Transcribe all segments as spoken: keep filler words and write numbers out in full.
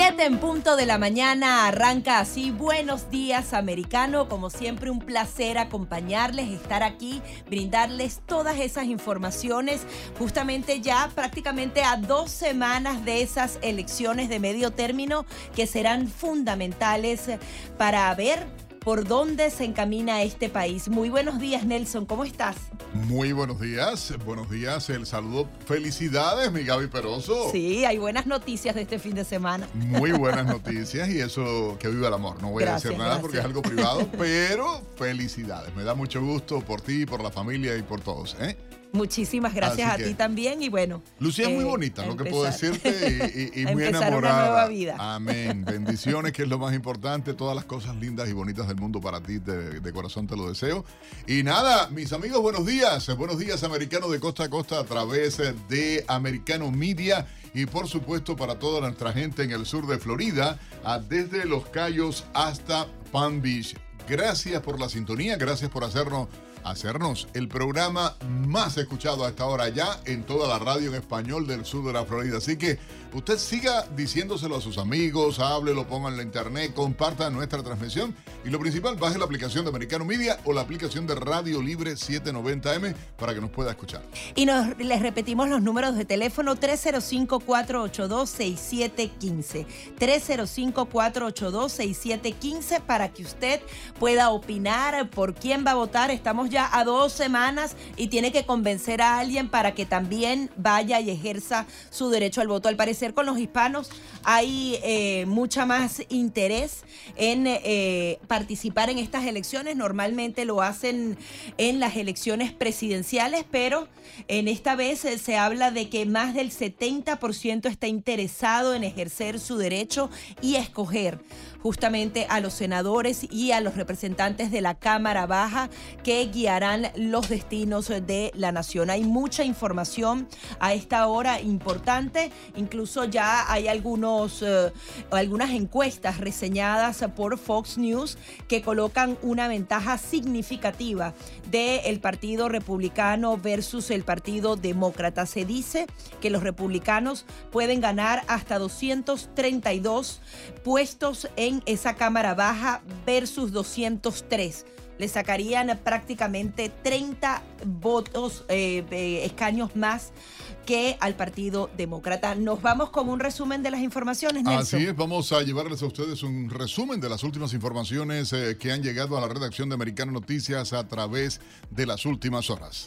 siete en punto de la mañana, arranca así Buenos Días Americano. Como siempre, un placer acompañarles, estar aquí, brindarles todas esas informaciones, justamente ya prácticamente a dos semanas de esas elecciones de medio término que serán fundamentales para ver por dónde se encamina este país. Muy buenos días, Nelson, ¿cómo estás? Muy buenos días, buenos días, el saludo, felicidades, mi Gaby Peroso. Sí, hay buenas noticias de este fin de semana. Muy buenas noticias y eso, que viva el amor. No voy gracias, a decir nada gracias. Porque es algo privado, pero felicidades. Me da mucho gusto por ti, por la familia y por todos, ¿eh? Muchísimas gracias Así a ti también y bueno. Lucía es eh, muy bonita, lo que puedo decirte, y, y, y muy enamorada. Una nueva vida. Amén. Bendiciones, que es lo más importante. Todas las cosas lindas y bonitas del mundo para ti, de, de corazón te lo deseo. Y nada, mis amigos, buenos días. Buenos días, americanos de costa a costa a través de Americano Media. Y por supuesto para toda nuestra gente en el sur de Florida, desde Los Cayos hasta Palm Beach. Gracias por la sintonía, gracias por hacernos... hacernos el programa más escuchado a esta hora ya en toda la radio en español del sur de la Florida. Así que usted siga diciéndoselo a sus amigos, háblelo, pongan en la internet, compartan nuestra transmisión y lo principal, baje la aplicación de Americano Media o la aplicación de Radio Libre setecientos noventa eme para que nos pueda escuchar. Y nos, les repetimos los números de teléfono tres cero cinco, cuatro ocho dos, seis siete uno cinco, tres cero cinco, cuatro ocho dos, seis siete uno cinco para que usted pueda opinar por quién va a votar. Estamos ya a dos semanas y tiene que convencer a alguien para que también vaya y ejerza su derecho al voto. Al parecer con los hispanos hay eh, mucha más interés en eh, participar en estas elecciones. Normalmente lo hacen en las elecciones presidenciales, pero en esta vez eh, se habla de que más del setenta por ciento está interesado en ejercer su derecho y escoger justamente a los senadores y a los representantes de la Cámara Baja que guiarán los destinos de la nación. Hay mucha información a esta hora importante, incluso ya hay algunos, eh, algunas encuestas reseñadas por Fox News que colocan una ventaja significativa del Partido Republicano versus el Partido Demócrata. Se dice que los republicanos pueden ganar hasta doscientos treinta y dos puestos en esa Cámara Baja versus doscientos tres. Le sacarían prácticamente treinta votos, eh, eh, escaños más que al Partido Demócrata. Nos vamos con un resumen de las informaciones, Nelson. Así es, vamos a llevarles a ustedes un resumen de las últimas informaciones eh, que han llegado a la redacción de Americano Noticias a través de las últimas horas.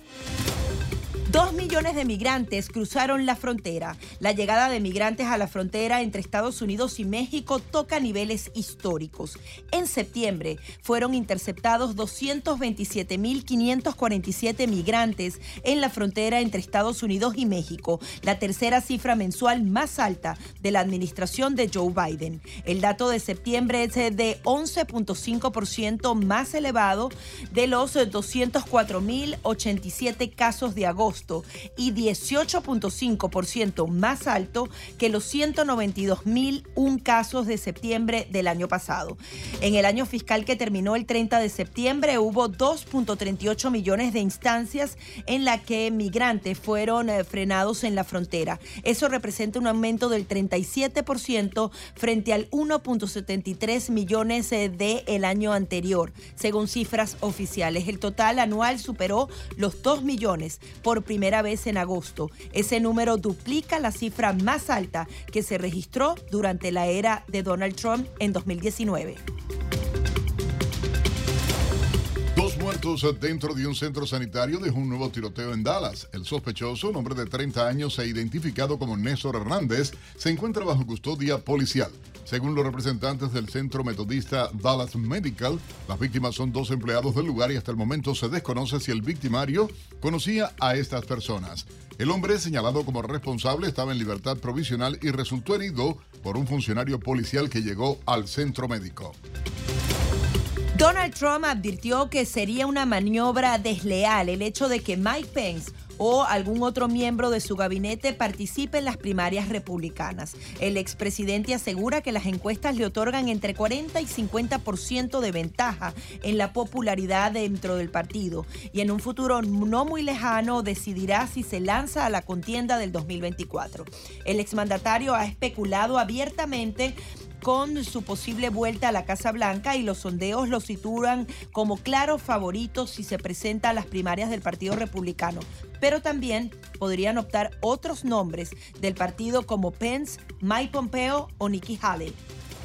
Dos millones de migrantes cruzaron la frontera. La llegada de migrantes a la frontera entre Estados Unidos y México toca niveles históricos. En septiembre fueron interceptados doscientos veintisiete mil quinientos cuarenta y siete migrantes en la frontera entre Estados Unidos y México, la tercera cifra mensual más alta de la administración de Joe Biden. El dato de septiembre es de once punto cinco por ciento más elevado de los doscientos cuatro mil ochenta y siete casos de agosto y dieciocho punto cinco por ciento más alto que los ciento noventa y dos mil uno casos de septiembre del año pasado. En el año fiscal que terminó el treinta de septiembre hubo dos punto treinta y ocho millones de instancias en las que migrantes fueron eh, frenados en la frontera. Eso representa un aumento del treinta y siete por ciento frente al uno punto setenta y tres millones eh, del año anterior, según cifras oficiales. El total anual superó los dos millones por primera vez en agosto. Ese número duplica la cifra más alta que se registró durante la era de Donald Trump en dos mil diecinueve. Dos muertos dentro de un centro sanitario dejó un nuevo tiroteo en Dallas. El sospechoso, un hombre de treinta años e identificado como Néstor Hernández, se encuentra bajo custodia policial. Según los representantes del centro metodista Dallas Medical, las víctimas son dos empleados del lugar y hasta el momento se desconoce si el victimario conocía a estas personas. El hombre, señalado como responsable, estaba en libertad provisional y resultó herido por un funcionario policial que llegó al centro médico. Donald Trump advirtió que sería una maniobra desleal el hecho de que Mike Pence o algún otro miembro de su gabinete participe en las primarias republicanas. El expresidente asegura que las encuestas le otorgan entre cuarenta y cincuenta por ciento de ventaja en la popularidad dentro del partido y en un futuro no muy lejano decidirá si se lanza a la contienda del dos mil veinticuatro. El exmandatario ha especulado abiertamente con su posible vuelta a la Casa Blanca y los sondeos lo sitúan como claros favoritos si se presenta a las primarias del Partido Republicano. Pero también podrían optar otros nombres del partido como Pence, Mike Pompeo o Nikki Haley.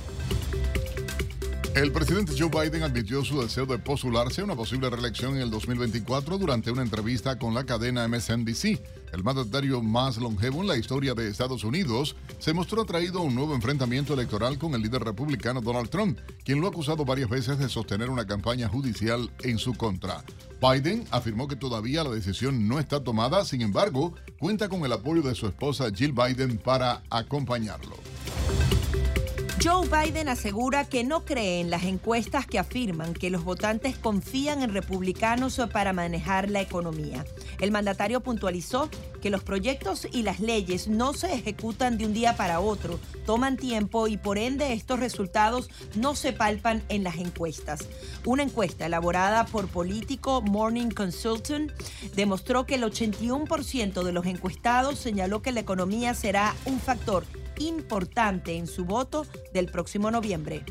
El presidente Joe Biden admitió su deseo de postularse a una posible reelección en el dos mil veinticuatro durante una entrevista con la cadena M S N B C. El mandatario más longevo en la historia de Estados Unidos se mostró atraído a un nuevo enfrentamiento electoral con el líder republicano Donald Trump, quien lo ha acusado varias veces de sostener una campaña judicial en su contra. Biden afirmó que todavía la decisión no está tomada, sin embargo, cuenta con el apoyo de su esposa Jill Biden para acompañarlo. Joe Biden asegura que no cree en las encuestas que afirman que los votantes confían en republicanos para manejar la economía. El mandatario puntualizó que los proyectos y las leyes no se ejecutan de un día para otro, toman tiempo y por ende estos resultados no se palpan en las encuestas. Una encuesta elaborada por Político Morning Consultant demostró que el ochenta y uno por ciento de los encuestados señaló que la economía será un factor importante en su voto del próximo noviembre.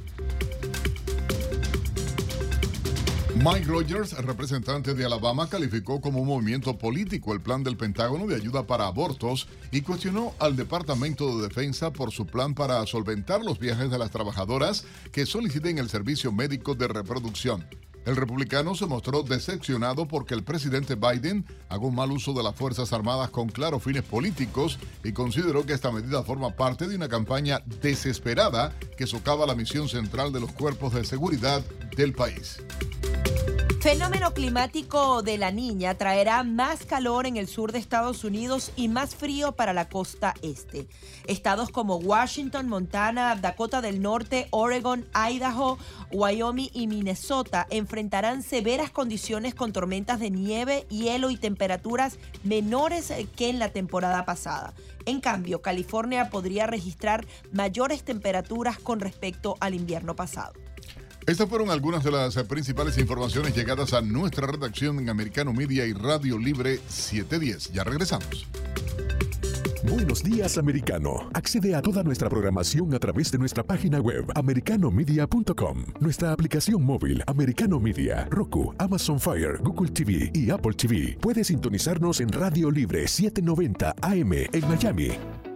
Mike Rogers, representante de Alabama, calificó como un movimiento político el plan del Pentágono de ayuda para abortos y cuestionó al Departamento de Defensa por su plan para solventar los viajes de las trabajadoras que soliciten el servicio médico de reproducción. El republicano se mostró decepcionado porque el presidente Biden haga un mal uso de las Fuerzas Armadas con claros fines políticos y consideró que esta medida forma parte de una campaña desesperada que socava la misión central de los cuerpos de seguridad del país. Fenómeno climático de la Niña traerá más calor en el sur de Estados Unidos y más frío para la costa este. Estados como Washington, Montana, Dakota del Norte, Oregon, Idaho, Wyoming y Minnesota enfrentarán severas condiciones con tormentas de nieve, hielo y temperaturas menores que en la temporada pasada. En cambio, California podría registrar mayores temperaturas con respecto al invierno pasado. Estas fueron algunas de las principales informaciones llegadas a nuestra redacción en Americano Media y Radio Libre setecientos diez. Ya regresamos. Buenos días, americano. Accede a toda nuestra programación a través de nuestra página web americano media punto com, nuestra aplicación móvil Americano Media, Roku, Amazon Fire, Google T V y Apple T V. Puedes sintonizarnos en Radio Libre setecientos noventa A M en Miami.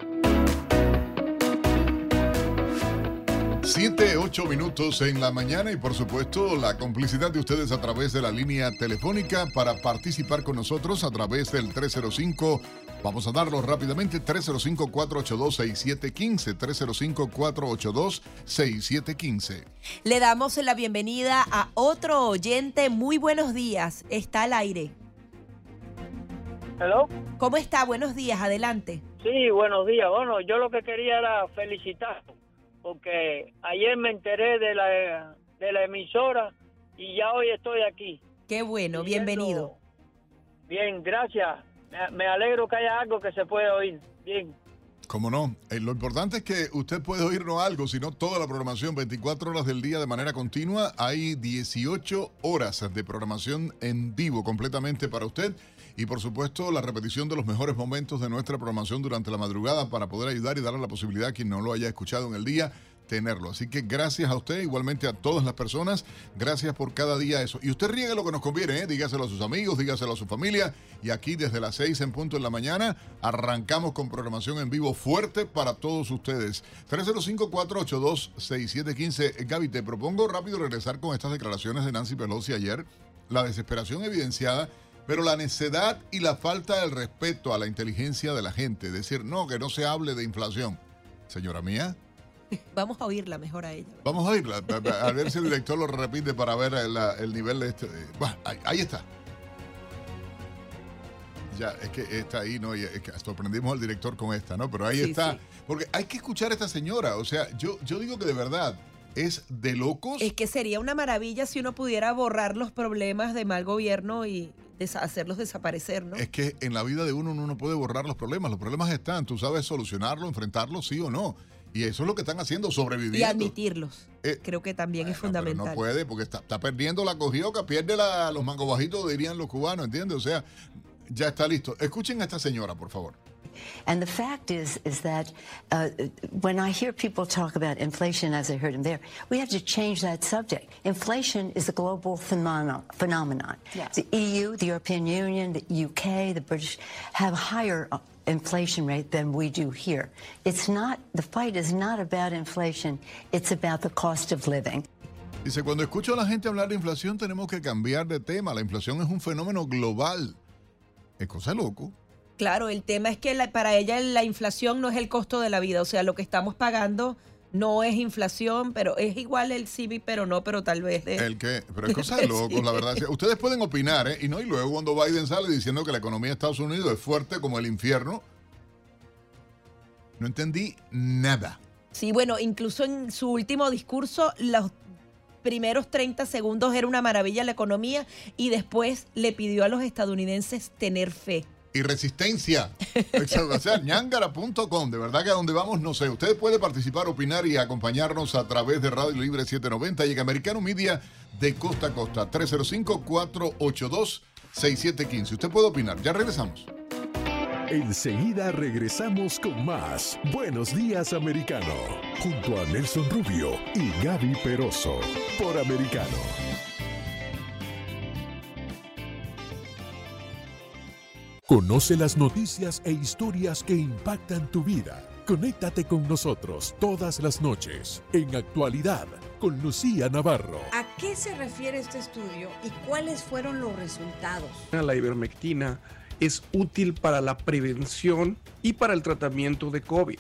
Siete, ocho minutos en la mañana y por supuesto la complicidad de ustedes a través de la línea telefónica para participar con nosotros a través del tres cero cinco, vamos a darlo rápidamente, tres cero cinco, cuatro ocho dos, seis siete uno cinco, tres cero cinco, cuatro ocho dos, seis siete uno cinco. Le damos la bienvenida a otro oyente. Muy buenos días, está al aire. Hello. ¿Cómo está? Buenos días, adelante. Sí, buenos días. Bueno, yo lo que quería era felicitar, porque ayer me enteré de la, de la emisora y ya hoy estoy aquí. Qué bueno, bienvenido. Bien, gracias. Me, me alegro que haya algo que se pueda oír. Bien. Cómo no. Eh, lo importante es que usted puede oír no algo, sino toda la programación, veinticuatro horas del día de manera continua. Hay dieciocho horas de programación en vivo completamente para usted. Y por supuesto la repetición de los mejores momentos de nuestra programación durante la madrugada para poder ayudar y darle la posibilidad a quien no lo haya escuchado en el día, tenerlo. Así que gracias a usted, igualmente a todas las personas, gracias por cada día eso. Y usted riegue lo que nos conviene, ¿eh? Dígaselo a sus amigos, dígaselo a su familia. Y aquí desde las seis en punto en la mañana arrancamos con programación en vivo fuerte para todos ustedes. tres cero cinco, cuatro ocho dos, seis siete uno cinco. Gaby, te propongo rápido regresar con estas declaraciones de Nancy Pelosi ayer. La desesperación evidenciada, pero la necedad y la falta del respeto a la inteligencia de la gente. Decir, no, que no se hable de inflación. Señora mía. Vamos a oírla mejor a ella. Vamos a oírla, a, a ver si el director lo repite para ver el, el nivel de este. Bueno, ahí, ahí está. Ya, es que está ahí, ¿no? Y es que sorprendimos al director con esta, ¿no? Pero ahí sí, está. Sí. Porque hay que escuchar a esta señora. O sea, yo, yo digo que de verdad es de locos. Es que sería una maravilla si uno pudiera borrar los problemas de mal gobierno y des- hacerlos desaparecer, ¿no? Es que en la vida de uno uno no puede borrar los problemas. Los problemas están, tú sabes solucionarlos, enfrentarlos, sí o no. Y eso es lo que están haciendo, sobreviviendo. Y admitirlos. Eh, Creo que también bueno, es fundamental. Pero no puede, porque está, está perdiendo la cogioca, pierde la, los mangos bajitos, dirían los cubanos, ¿entiendes? O sea, ya está listo. Escuchen a esta señora, por favor. And the fact is, is that uh, when I hear people talk about inflation, as I heard him there, we have to change that subject. Inflation is a global phenomenon. phenomenon. Yes. The E U, the European Union, the U K, the British have higher inflation rate than we do here. It's not, the fight is not about inflation, it's about the cost of living. Dice, cuando escucho a la gente hablar de inflación, tenemos que cambiar de tema. La inflación es un fenómeno global. Es cosa de loco. Claro, el tema es que la- para ella la inflación no es el costo de la vida, o sea, lo que estamos pagando no es inflación, pero es igual el C B, pero no, pero tal vez de... El que, pero es cosa de locos, Sí. la verdad. Ustedes pueden opinar, ¿eh? Y no, y luego cuando Biden sale diciendo que la economía de Estados Unidos es fuerte como el infierno. No entendí nada. Sí, bueno, incluso en su último discurso, los primeros treinta segundos era una maravilla la economía y después le pidió a los estadounidenses tener fe. Y resistencia. O sea, ñangara punto com. De verdad que a donde vamos, no sé. Usted puede participar, opinar y acompañarnos a través de Radio Libre setecientos noventa y en Americano Media de costa a costa. tres cero cinco, cuatro ocho dos, seis siete uno cinco. Usted puede opinar. Ya regresamos. Enseguida regresamos con más Buenos Días Americano, junto a Nelson Rubio y Gaby Peroso, por Americano. Conoce las noticias e historias que impactan tu vida. Conéctate con nosotros todas las noches en Actualidad con Lucía Navarro. ¿A qué se refiere este estudio y cuáles fueron los resultados? La ivermectina es útil para la prevención y para el tratamiento de COVID.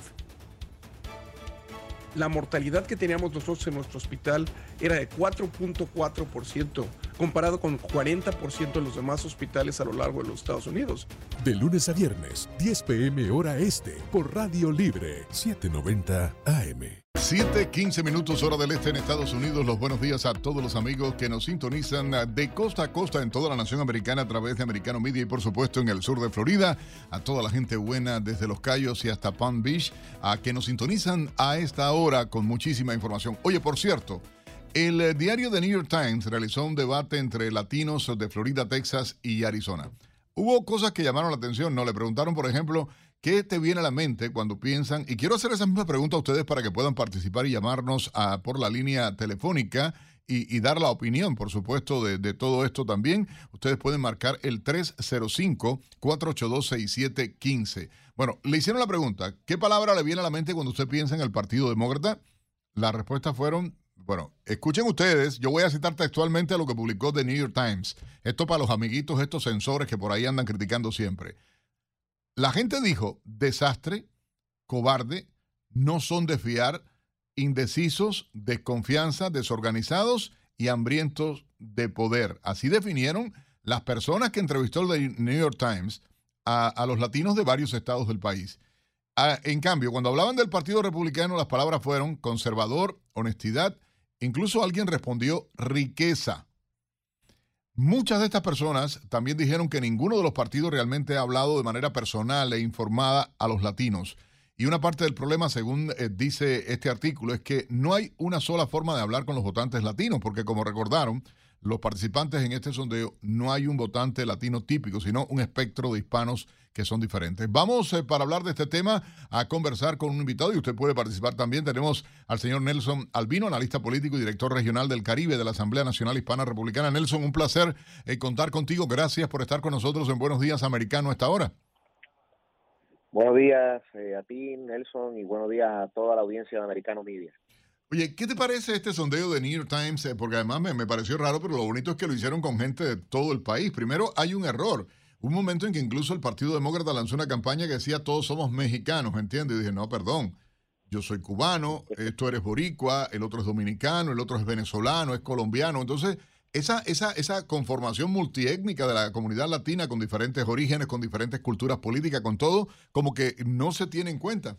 La mortalidad que teníamos nosotros en nuestro hospital era de cuatro punto cuatro por ciento, comparado con cuarenta por ciento de los demás hospitales a lo largo de los Estados Unidos. De lunes a viernes, diez p m hora este, por Radio Libre setecientos noventa A M. siete quince minutos hora del este en Estados Unidos. Los buenos días a todos los amigos que nos sintonizan de costa a costa en toda la nación americana a través de Americano Media y por supuesto en el sur de Florida. A toda la gente buena desde Los Cayos y hasta Palm Beach, a que nos sintonizan a esta hora con muchísima información. Oye, por cierto, el eh, diario The New York Times realizó un debate entre latinos de Florida, Texas y Arizona. Hubo cosas que llamaron la atención, ¿no? Le preguntaron, por ejemplo, ¿qué te viene a la mente cuando piensan? Y quiero hacer esa misma pregunta a ustedes para que puedan participar y llamarnos a, por la línea telefónica y, y dar la opinión, por supuesto, de, de todo esto también. Ustedes pueden marcar el tres cero cinco, cuatro ocho dos, seis siete uno cinco. Bueno, le hicieron la pregunta, ¿qué palabra le viene a la mente cuando usted piensa en el Partido Demócrata? Las respuestas fueron, bueno, escuchen ustedes, yo voy a citar textualmente a lo que publicó The New York Times. Esto para los amiguitos, estos censores que por ahí andan criticando siempre. La gente dijo, desastre, cobarde, no son de fiar, indecisos, desconfianza, desorganizados y hambrientos de poder. Así definieron las personas que entrevistó el New York Times a, a los latinos de varios estados del país. Ah, en cambio, cuando hablaban del Partido Republicano, las palabras fueron conservador, honestidad, incluso alguien respondió riqueza. Muchas de estas personas también dijeron que ninguno de los partidos realmente ha hablado de manera personal e informada a los latinos. Y una parte del problema, según eh, dice este artículo, es que no hay una sola forma de hablar con los votantes latinos, porque como recordaron, los participantes en este sondeo no hay un votante latino típico, sino un espectro de hispanos que son diferentes. Vamos eh, para hablar de este tema a conversar con un invitado y usted puede participar también. Tenemos al señor Nelson Albino, analista político y director regional del Caribe de la Asamblea Nacional Hispana Republicana. Nelson, un placer eh, contar contigo. Gracias por estar con nosotros en Buenos Días Americano a esta hora. Buenos días eh, a ti, Nelson, y buenos días a toda la audiencia de Americano Media. Oye, ¿qué te parece este sondeo de New York Times? Eh, Porque además me, me pareció raro, pero lo bonito es que lo hicieron con gente de todo el país. Primero, hay un error. Un momento en que incluso el Partido Demócrata lanzó una campaña que decía todos somos mexicanos, ¿entiendes? Y dije, no, perdón, yo soy cubano, eh, tú eres boricua, el otro es dominicano, el otro es venezolano, es colombiano. Entonces, esa, esa, esa conformación multiétnica de la comunidad latina con diferentes orígenes, con diferentes culturas políticas, con todo, como que no se tiene en cuenta.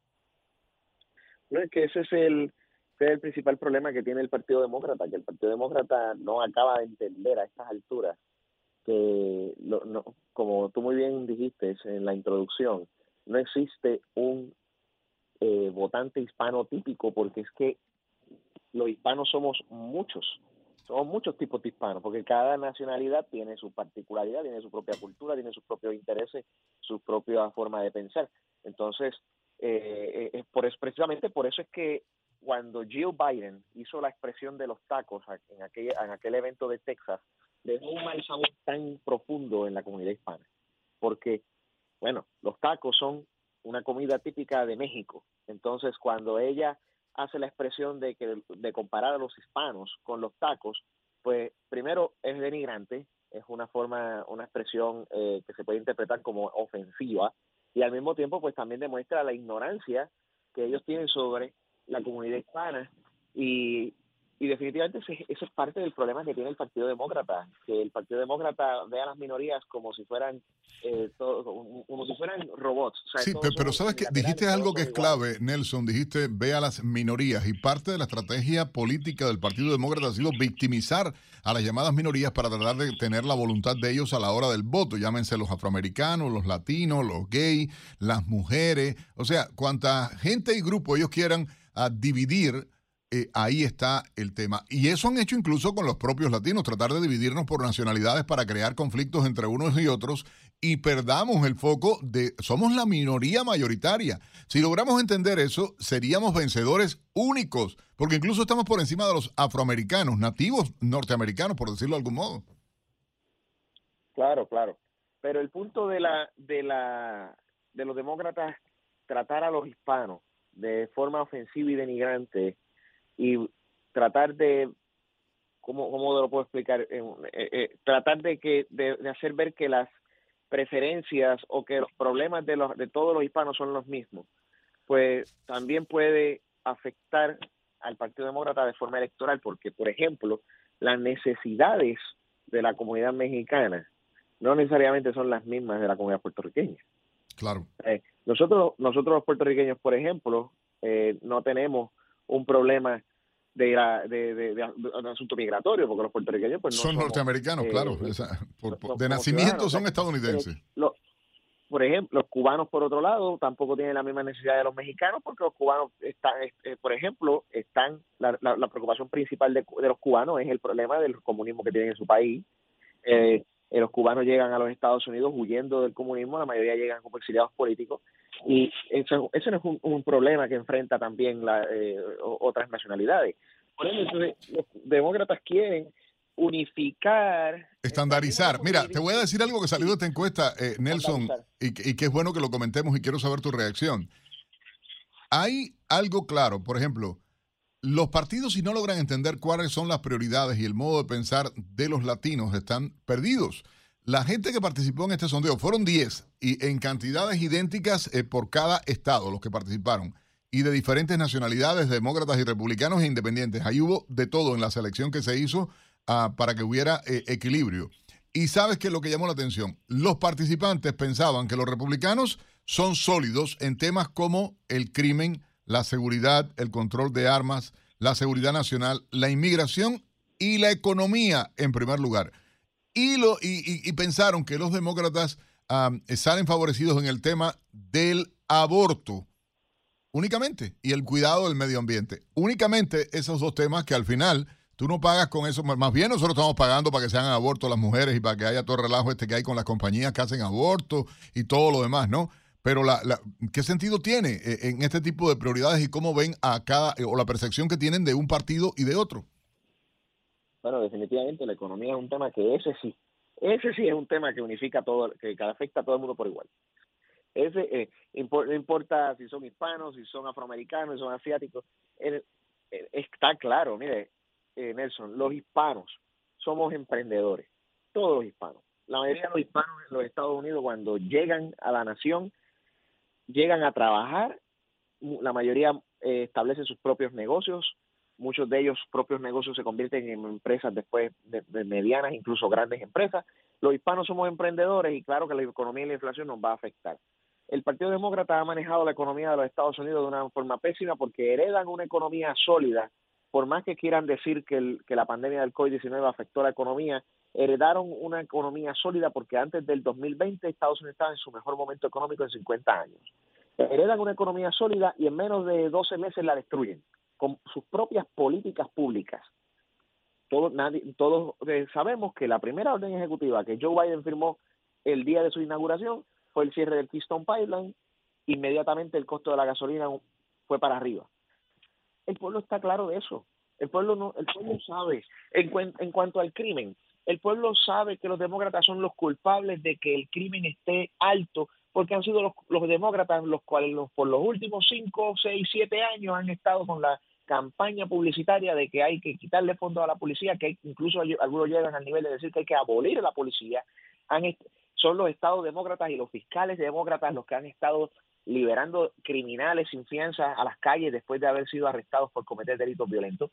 No, es que ese es el, ese es el principal problema que tiene el Partido Demócrata, que el Partido Demócrata no acaba de entender a estas alturas que, lo, no, como tú muy bien dijiste en la introducción, no existe un eh, votante hispano típico, porque es que los hispanos somos muchos, somos muchos tipos de hispanos, porque cada nacionalidad tiene su particularidad, tiene su propia cultura, tiene sus propios intereses, su propia forma de pensar. Entonces, eh, eh, por eso, precisamente por eso es que cuando Jill Biden hizo la expresión de los tacos en aquel, en aquel evento de Texas, dejó un mal sabor tan profundo en la comunidad hispana, porque, bueno, los tacos son una comida típica de México. Entonces, cuando ella hace la expresión de que de comparar a los hispanos con los tacos, pues primero es denigrante, es una forma, una expresión eh, que se puede interpretar como ofensiva, y al mismo tiempo pues también demuestra la ignorancia que ellos tienen sobre la comunidad hispana, y, y definitivamente ese, ese es parte del problema que tiene el Partido Demócrata, que el Partido Demócrata ve a las minorías como si fueran eh, todo, como, como si fueran robots. O sea, Sí, pe- pero sabes que dijiste algo que es clave, Nelson, dijiste ve a las minorías, y parte de la estrategia política del Partido Demócrata ha sido victimizar a las llamadas minorías para tratar de tener la voluntad de ellos a la hora del voto, llámense los afroamericanos, los latinos, los gays, las mujeres, o sea, cuanta gente y grupo ellos quieran a dividir, eh, ahí está el tema. Y eso han hecho incluso con los propios latinos, tratar de dividirnos por nacionalidades para crear conflictos entre unos y otros, y perdamos el foco de somos la minoría mayoritaria. Si logramos entender eso, seríamos vencedores únicos, porque incluso estamos por encima de los afroamericanos, nativos norteamericanos, por decirlo de algún modo. Claro, claro. Pero el punto de la de la de los demócratas tratar a los hispanos de forma ofensiva y denigrante y tratar de, ¿cómo, cómo lo puedo explicar? Eh, eh, eh, tratar de que de, de hacer ver que las preferencias o que los problemas de los de todos los hispanos son los mismos, pues también puede afectar al Partido Demócrata de forma electoral, porque, por ejemplo, las necesidades de la comunidad mexicana no necesariamente son las mismas de la comunidad puertorriqueña. Claro. Eh, nosotros, nosotros los puertorriqueños, por ejemplo, eh, no tenemos un problema de, la, de, de, de, de asunto migratorio, porque los puertorriqueños pues no son somos, norteamericanos, eh, claro. Esa, por, por, no, de nacimiento son estadounidenses. Eh, lo, por ejemplo, los cubanos, por otro lado, tampoco tienen la misma necesidad de los mexicanos, porque los cubanos están, eh, por ejemplo, están la, la, la preocupación principal de, de los cubanos es el problema del comunismo que tienen en su país. Eh, eh, los cubanos llegan a los Estados Unidos huyendo del comunismo, la mayoría llegan como exiliados políticos, y eso, eso no es un, un problema que enfrenta también la, eh, otras nacionalidades. Por eso, entonces, los demócratas quieren unificar, estandarizar. Mira, te voy a decir algo que salió de esta encuesta, eh, Nelson, y, y que es bueno que lo comentemos y quiero saber tu reacción. Hay algo claro, por ejemplo, los partidos, si no logran entender cuáles son las prioridades y el modo de pensar de los latinos, están perdidos. La gente que participó en este sondeo fueron diez y en cantidades idénticas eh, por cada estado los que participaron, y de diferentes nacionalidades, demócratas y republicanos e independientes. Ahí hubo de todo en la selección que se hizo uh, para que hubiera eh, equilibrio. Y sabes que lo que llamó la atención, los participantes pensaban que los republicanos son sólidos en temas como el crimen, la seguridad, el control de armas, la seguridad nacional, la inmigración y la economía en primer lugar. Y, lo, y, y, y pensaron que los demócratas um, salen favorecidos en el tema del aborto únicamente y el cuidado del medio ambiente. Únicamente esos dos temas que al final tú no pagas con eso. Más bien nosotros estamos pagando para que se hagan abortos las mujeres y para que haya todo el relajo este que hay con las compañías que hacen abortos y todo lo demás, ¿no? Pero la, la, ¿qué sentido tiene en este tipo de prioridades y cómo ven a cada, o la percepción que tienen de un partido y de otro? Bueno, definitivamente la economía es un tema que ese sí, ese sí es un tema que unifica todo, que afecta a todo el mundo por igual. Ese eh, no importa si son hispanos, si son afroamericanos, si son asiáticos, el, el, está claro, mire, eh, Nelson, los hispanos somos emprendedores, todos los hispanos. La mayoría de los hispanos en los Estados Unidos cuando llegan a la nación, llegan a trabajar, la mayoría eh, establecen sus propios negocios, muchos de ellos propios negocios se convierten en empresas después de, de medianas, incluso grandes empresas. Los hispanos somos emprendedores y claro que la economía y la inflación nos va a afectar. El Partido Demócrata ha manejado la economía de los Estados Unidos de una forma pésima porque heredan una economía sólida, por más que quieran decir que, el, que la pandemia del COVID diecinueve afectó la economía, heredaron una economía sólida porque antes del dos mil veinte Estados Unidos estaba en su mejor momento económico en cincuenta años. Heredan una economía sólida y en menos de doce meses la destruyen con sus propias políticas públicas. Todos, nadie, todos eh, sabemos que la primera orden ejecutiva que Joe Biden firmó el día de su inauguración fue el cierre del Keystone Pipeline. Inmediatamente el costo de la gasolina fue para arriba. El pueblo está claro de eso. El pueblo no, el pueblo sabe. En, en cuanto al crimen, el pueblo sabe que los demócratas son los culpables de que el crimen esté alto, porque han sido los, los demócratas los cuales los, por los últimos cinco, seis, siete años han estado con la campaña publicitaria de que hay que quitarle fondos a la policía, que hay, incluso hay, algunos llegan al nivel de decir que hay que abolir a la policía. Han, son los estados demócratas y los fiscales demócratas los que han estado liberando criminales sin fianza a las calles después de haber sido arrestados por cometer delitos violentos.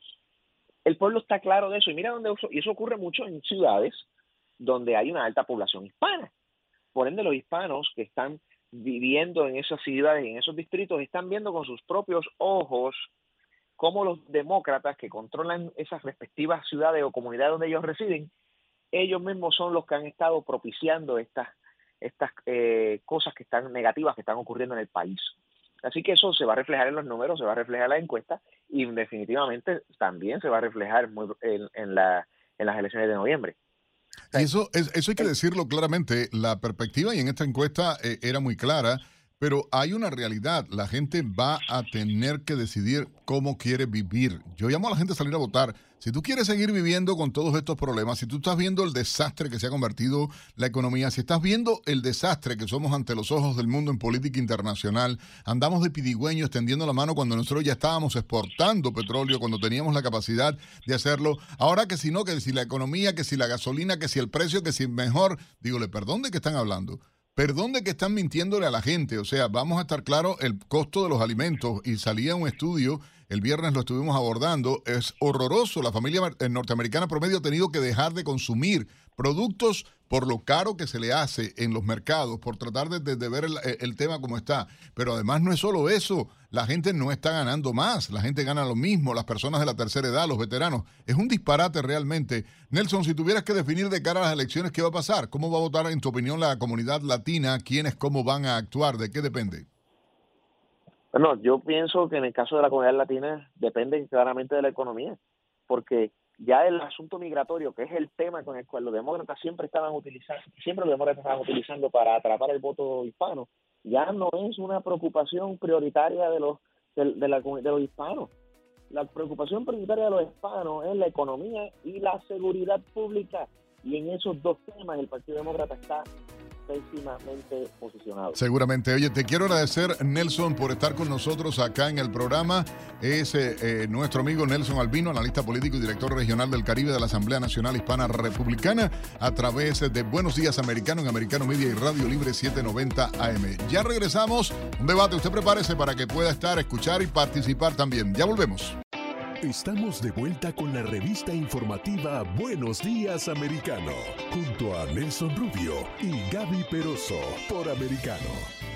El pueblo está claro de eso, y mira dónde eso, y eso ocurre mucho en ciudades donde hay una alta población hispana. Por ende, los hispanos que están viviendo en esas ciudades y en esos distritos están viendo con sus propios ojos cómo los demócratas que controlan esas respectivas ciudades o comunidades donde ellos residen, ellos mismos son los que han estado propiciando estas estas eh, cosas que están negativas que están ocurriendo en el país. Así que eso se va a reflejar en los números, se va a reflejar en la encuesta y definitivamente también se va a reflejar muy, en, en, la, en las elecciones de noviembre. Y eso, es, eso hay que decirlo claramente, la perspectiva y en esta encuesta eh, era muy clara, pero hay una realidad, la gente va a tener que decidir cómo quiere vivir. Yo llamo a la gente a salir a votar. Si tú quieres seguir viviendo con todos estos problemas, si tú estás viendo el desastre que se ha convertido la economía, si estás viendo el desastre que somos ante los ojos del mundo en política internacional, andamos de pidigüeños tendiendo la mano cuando nosotros ya estábamos exportando petróleo, cuando teníamos la capacidad de hacerlo. Ahora que si no, que si la economía, que si la gasolina, que si el precio, que si mejor, dígole, perdón, ¿de qué están hablando? Perdón de que están mintiéndole a la gente, o sea, vamos a estar claros, el costo de los alimentos, y salía un estudio, el viernes lo estuvimos abordando, es horroroso, la familia norteamericana promedio ha tenido que dejar de consumir productos por lo caro que se le hace en los mercados, por tratar de, de, de ver el, el tema como está, pero además no es solo eso, la gente no está ganando más, la gente gana lo mismo, las personas de la tercera edad, los veteranos, es un disparate realmente. Nelson, si tuvieras que definir de cara a las elecciones, ¿qué va a pasar? ¿Cómo va a votar en tu opinión la comunidad latina? ¿Quiénes cómo van a actuar? ¿De qué depende? Bueno, yo pienso que en el caso de la comunidad latina depende claramente de la economía, porque ya el asunto migratorio, que es el tema con el cual los demócratas siempre estaban utilizando, siempre los demócratas estaban utilizando para atrapar el voto hispano, ya no es una preocupación prioritaria de los de, de, la, de los hispanos. La preocupación prioritaria de los hispanos es la economía y la seguridad pública, y en esos dos temas el Partido Demócrata está pésimamente posicionado. Seguramente. Oye, te quiero agradecer, Nelson, por estar con nosotros acá en el programa. Es eh, eh, nuestro amigo Nelson Albino, analista político y director regional del Caribe de la Asamblea Nacional Hispana Republicana, a través de Buenos Días Americano en Americano Media y Radio Libre setecientos noventa A M. Ya regresamos. Un debate. Usted prepárese para que pueda estar, escuchar y participar también. Ya volvemos. Estamos de vuelta con la revista informativa Buenos Días Americano, junto a Nelson Rubio y Gaby Peroso por Americano.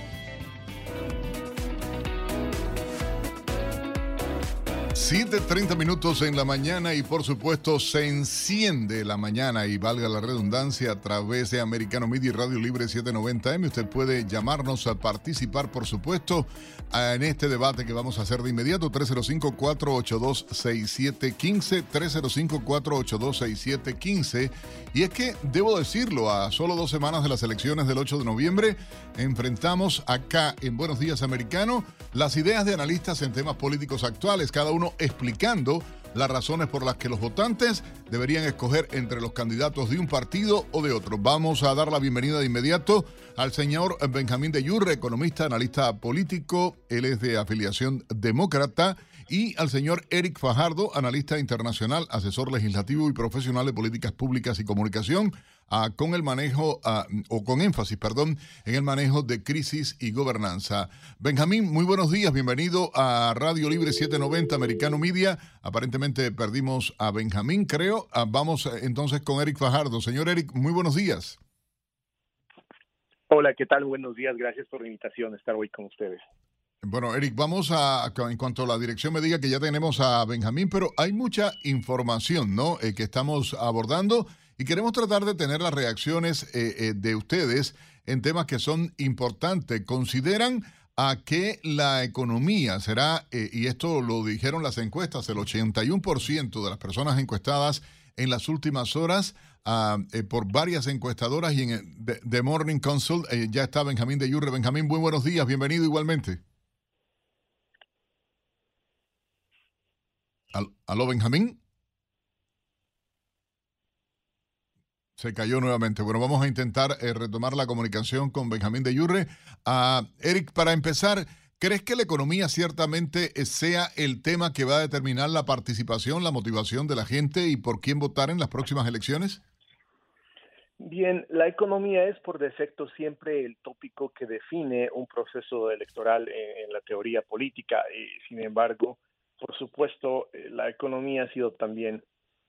siete treinta minutos en la mañana y por supuesto se enciende la mañana y valga la redundancia a través de Americano Media y Radio Libre setecientos noventa A M. Usted puede llamarnos a participar, por supuesto, en este debate que vamos a hacer de inmediato. Tres cero cinco, cuatro ocho dos, seis siete uno cinco, tres cero cinco, cuatro ocho dos, seis siete uno cinco. Y es que, debo decirlo, a solo dos semanas de las elecciones del ocho de noviembre, enfrentamos acá en Buenos Días Americano las ideas de analistas en temas políticos actuales, cada uno explicando las razones por las que los votantes deberían escoger entre los candidatos de un partido o de otro. Vamos a dar la bienvenida de inmediato al señor Benjamín de Yurre, economista, analista político, él es de afiliación demócrata, y al señor Eric Fajardo, analista internacional, asesor legislativo y profesional de políticas públicas y comunicación, uh, con el manejo, uh, o con énfasis, perdón, en el manejo de crisis y gobernanza. Benjamín, muy buenos días, bienvenido a Radio Libre setecientos noventa Americano Media. Aparentemente perdimos a Benjamín, creo. Uh, vamos uh, entonces con Eric Fajardo. Señor Eric, muy buenos días. Hola, ¿qué tal? Buenos días, gracias por la invitación a estar hoy con ustedes. Bueno, Eric, vamos a, en cuanto a la dirección me diga que ya tenemos a Benjamín, pero hay mucha información, ¿no?, eh, que estamos abordando y queremos tratar de tener las reacciones eh, eh, de ustedes en temas que son importantes. ¿Consideran a que la economía será, eh, y esto lo dijeron las encuestas, el ochenta y uno por ciento de las personas encuestadas en las últimas horas uh, eh, por varias encuestadoras y en el, The, The Morning Consult, eh, ya está Benjamín de Yurre. Benjamín, muy buenos días, bienvenido igualmente. Al, ¿Aló, Benjamín? Se cayó nuevamente. Bueno, vamos a intentar eh, retomar la comunicación con Benjamín de Yurre. Uh, Eric, para empezar, ¿crees que la economía ciertamente sea el tema que va a determinar la participación, la motivación de la gente y por quién votar en las próximas elecciones? Bien, la economía es por defecto siempre el tópico que define un proceso electoral en, en la teoría política. Y, sin embargo, por supuesto, la economía ha sido también,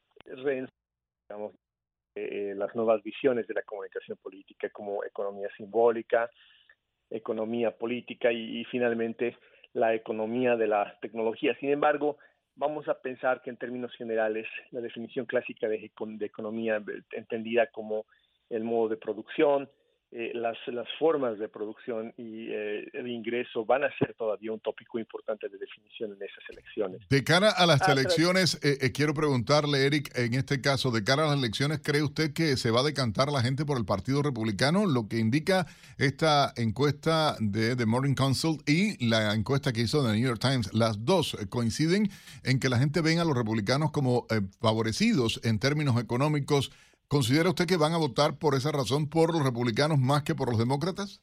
digamos, eh, las nuevas visiones de la comunicación política como economía simbólica, economía política y, y finalmente la economía de la tecnología. Sin embargo, vamos a pensar que en términos generales la definición clásica de, de economía, entendida como el modo de producción, eh, las, las formas de producción y eh, el ingreso van a ser todavía un tópico importante de definición en esas elecciones. De cara a las Ah, elecciones, eh, eh, quiero preguntarle, Eric, en este caso, de cara a las elecciones, ¿cree usted que se va a decantar la gente por el Partido Republicano? Lo que indica esta encuesta de The Morning Consult y la encuesta que hizo The New York Times, las dos coinciden en que la gente ve a los republicanos como eh, favorecidos en términos económicos. ¿Considera usted que van a votar por esa razón por los republicanos más que por los demócratas?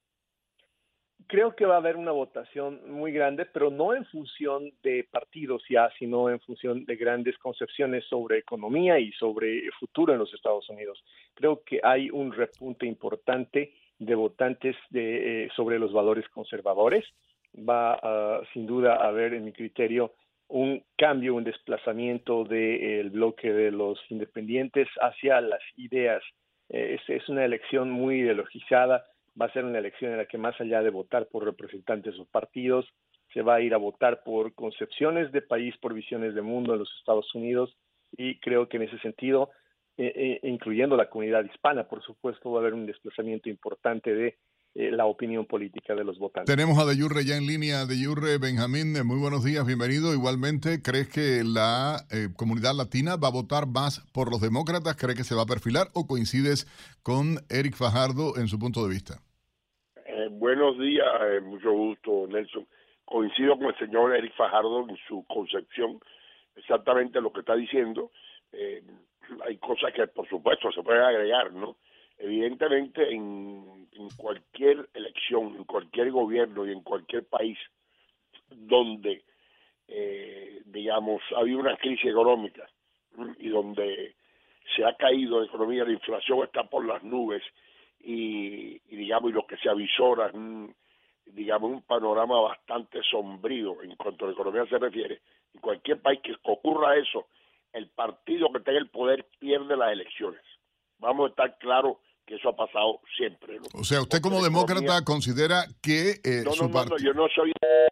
Creo que va a haber una votación muy grande, pero no en función de partidos ya, sino en función de grandes concepciones sobre economía y sobre el futuro en los Estados Unidos. Creo que hay un repunte importante de votantes de, eh, sobre los valores conservadores. Va uh, sin duda a haber, en mi criterio, un cambio, un desplazamiento del bloque de los independientes hacia las ideas. Eh, es, es una elección muy ideologizada, va a ser una elección en la que más allá de votar por representantes o partidos, se va a ir a votar por concepciones de país, por visiones de mundo en los Estados Unidos, y creo que en ese sentido, eh, eh, incluyendo la comunidad hispana, por supuesto, va a haber un desplazamiento importante de Eh, la opinión política de los votantes. Tenemos a De Yurre ya en línea. De Yurre, Benjamín, muy buenos días, bienvenido. Igualmente, ¿crees que la eh, comunidad latina va a votar más por los demócratas? ¿Cree que se va a perfilar o coincides con Eric Fajardo en su punto de vista? Eh, buenos días, eh, mucho gusto, Nelson. Coincido con el señor Eric Fajardo en su concepción, exactamente lo que está diciendo. Eh, hay cosas que, por supuesto, se pueden agregar, ¿no? Evidentemente, en, en cualquier elección, en cualquier gobierno y en cualquier país donde, eh, digamos, ha habido una crisis económica y donde se ha caído la economía, la inflación está por las nubes y, y digamos, y lo que se avisora, digamos, un panorama bastante sombrío en cuanto a la economía se refiere. En cualquier país que ocurra eso, el partido que tenga el poder pierde las elecciones. Vamos a estar claros que eso ha pasado siempre, ¿no? O sea, usted Porque como la demócrata economía... considera que eh, No, su no, no, no, partido... yo no soy...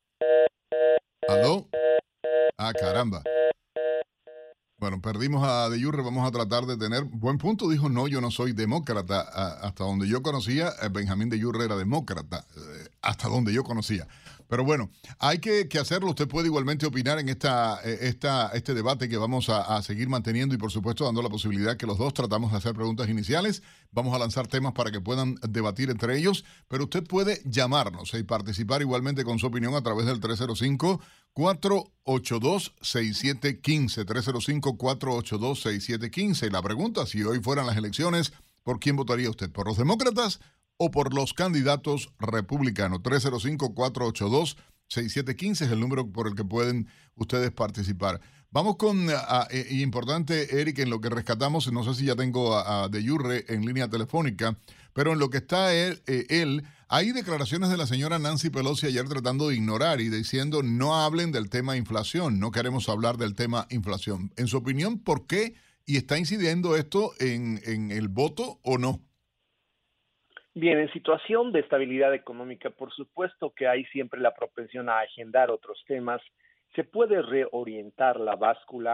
¿Aló? Ah, caramba. Bueno, perdimos a De Yurre, vamos a tratar de tener... Buen punto, dijo, no, yo no soy demócrata. A, hasta donde yo conocía, eh, Benjamín De Yurre era demócrata, eh, hasta donde yo conocía. Pero bueno, hay que, que hacerlo. Usted puede igualmente opinar en esta, esta, este debate que vamos a, a seguir manteniendo y, por supuesto, dando la posibilidad que los dos tratamos de hacer preguntas iniciales. Vamos a lanzar temas para que puedan debatir entre ellos, pero usted puede llamarnos y participar igualmente con su opinión a través del tres cero cinco, cuatro ocho dos, seis siete uno cinco, tres cero cinco, cuatro ocho dos, seis siete uno cinco. Y la pregunta, si hoy fueran las elecciones, ¿por quién votaría usted? ¿Por los demócratas o por los candidatos republicanos? Tres cero cinco, cuatro ocho dos, seis siete uno cinco es el número por el que pueden ustedes participar. Vamos con, a, a, y importante, Eric, en lo que rescatamos, no sé si ya tengo a, a De Yurre en línea telefónica, pero en lo que está él, eh, él, hay declaraciones de la señora Nancy Pelosi ayer tratando de ignorar y diciendo no hablen del tema inflación, no queremos hablar del tema inflación. En su opinión, ¿por qué? ¿Y está incidiendo esto en, en el voto o no? Bien, en situación de estabilidad económica, por supuesto que hay siempre la propensión a agendar otros temas. Se puede reorientar la báscula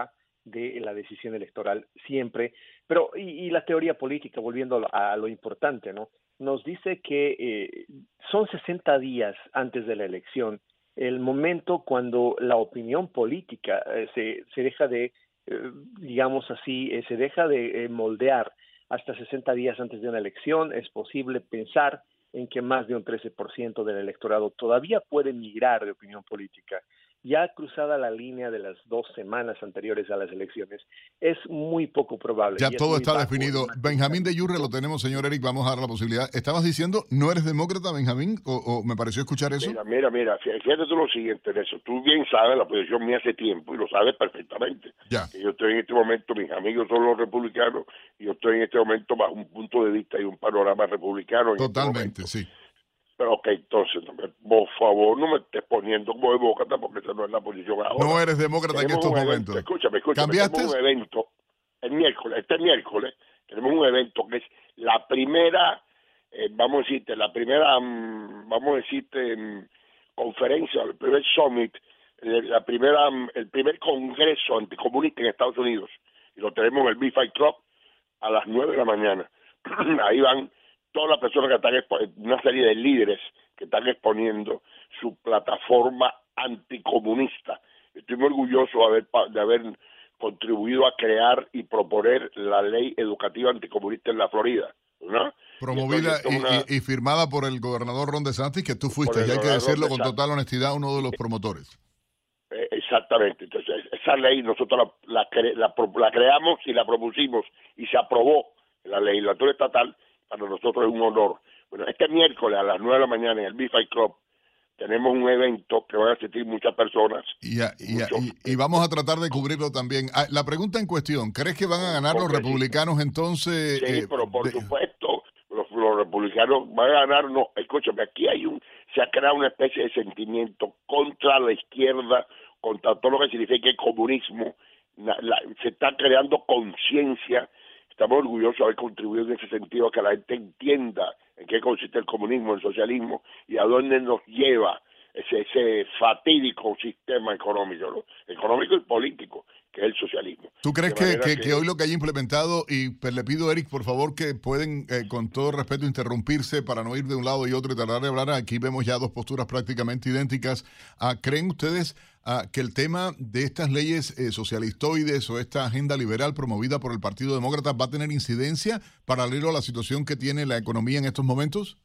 de la decisión electoral siempre. Pero, y, y la teoría política, volviendo a lo, a lo importante, ¿no? Nos dice que eh, son sesenta días antes de la elección el momento cuando la opinión política eh, se, se deja de, eh, digamos así, eh, se deja de eh, moldear. Hasta sesenta días antes de una elección es posible pensar en que más de un trece por ciento del electorado todavía puede migrar de opinión política. Ya cruzada la línea de las dos semanas anteriores a las elecciones, es muy poco probable. Ya todo está definido. Benjamín de Yurre lo tenemos, señor Eric, vamos a dar la posibilidad. ¿Estabas diciendo, no eres demócrata, Benjamín? ¿O, o me pareció escuchar eso? Mira, mira, mira, fíjate tú lo siguiente, Nelson. Tú bien sabes la posición mía hace tiempo y lo sabes perfectamente. Ya. Que yo estoy en este momento, mis amigos son los republicanos, y yo estoy en este momento bajo un punto de vista y un panorama republicano. Totalmente, este sí. Pero ok, entonces, por favor, no me estés poniendo como demócrata porque esa no es la posición ahora. No eres demócrata en estos momentos. Escúchame, escúchame. ¿Cambiaste? Tenemos un evento el miércoles, este miércoles, tenemos un evento que es la primera, eh, vamos a decirte, la primera, um, vamos a decirte, um, conferencia, el primer summit, la primera, um, el primer congreso anticomunista en Estados Unidos. Y lo tenemos en el B cinco Club a las nueve de la mañana. Ahí van todas las personas que están, una serie de líderes que están exponiendo su plataforma anticomunista. Estoy muy orgulloso de haber, de haber contribuido a crear y proponer la ley educativa anticomunista en la Florida, ¿no? Promovida y, una, y, y firmada por el gobernador Ron DeSantis, que tú fuiste, y hay que decirlo con total honestidad, uno de los promotores. Eh, exactamente. Entonces, esa ley nosotros la, la, la, la creamos y la propusimos y se aprobó en la legislatura estatal. Para nosotros es un honor. Bueno, este miércoles a las nueve de la mañana en el B cinco Club tenemos un evento que van a asistir muchas personas. Y, a, y, a, y, y vamos a tratar de cubrirlo también. La pregunta en cuestión, ¿crees que van a ganar los republicanos entonces? Sí, eh, pero por de... supuesto, los, los republicanos van a ganar. No, escúchame, aquí hay un, se ha creado una especie de sentimiento contra la izquierda, contra todo lo que significa el comunismo. La, la, se está creando conciencia. Estamos orgullosos de haber contribuido en ese sentido a que la gente entienda en qué consiste el comunismo, el socialismo y a dónde nos lleva ese, ese fatídico sistema económico, ¿no? Económico y político, que es el socialismo. ¿Tú crees que, que, que, que hoy lo que haya implementado, y pues le pido a Eric, por favor, que pueden, eh, con todo respeto, interrumpirse para no ir de un lado y otro y tratar de hablar? Aquí vemos ya dos posturas prácticamente idénticas. Ah, ¿creen ustedes ah, que el tema de estas leyes eh, socialistoides o esta agenda liberal promovida por el Partido Demócrata va a tener incidencia paralelo a la situación que tiene la economía en estos momentos?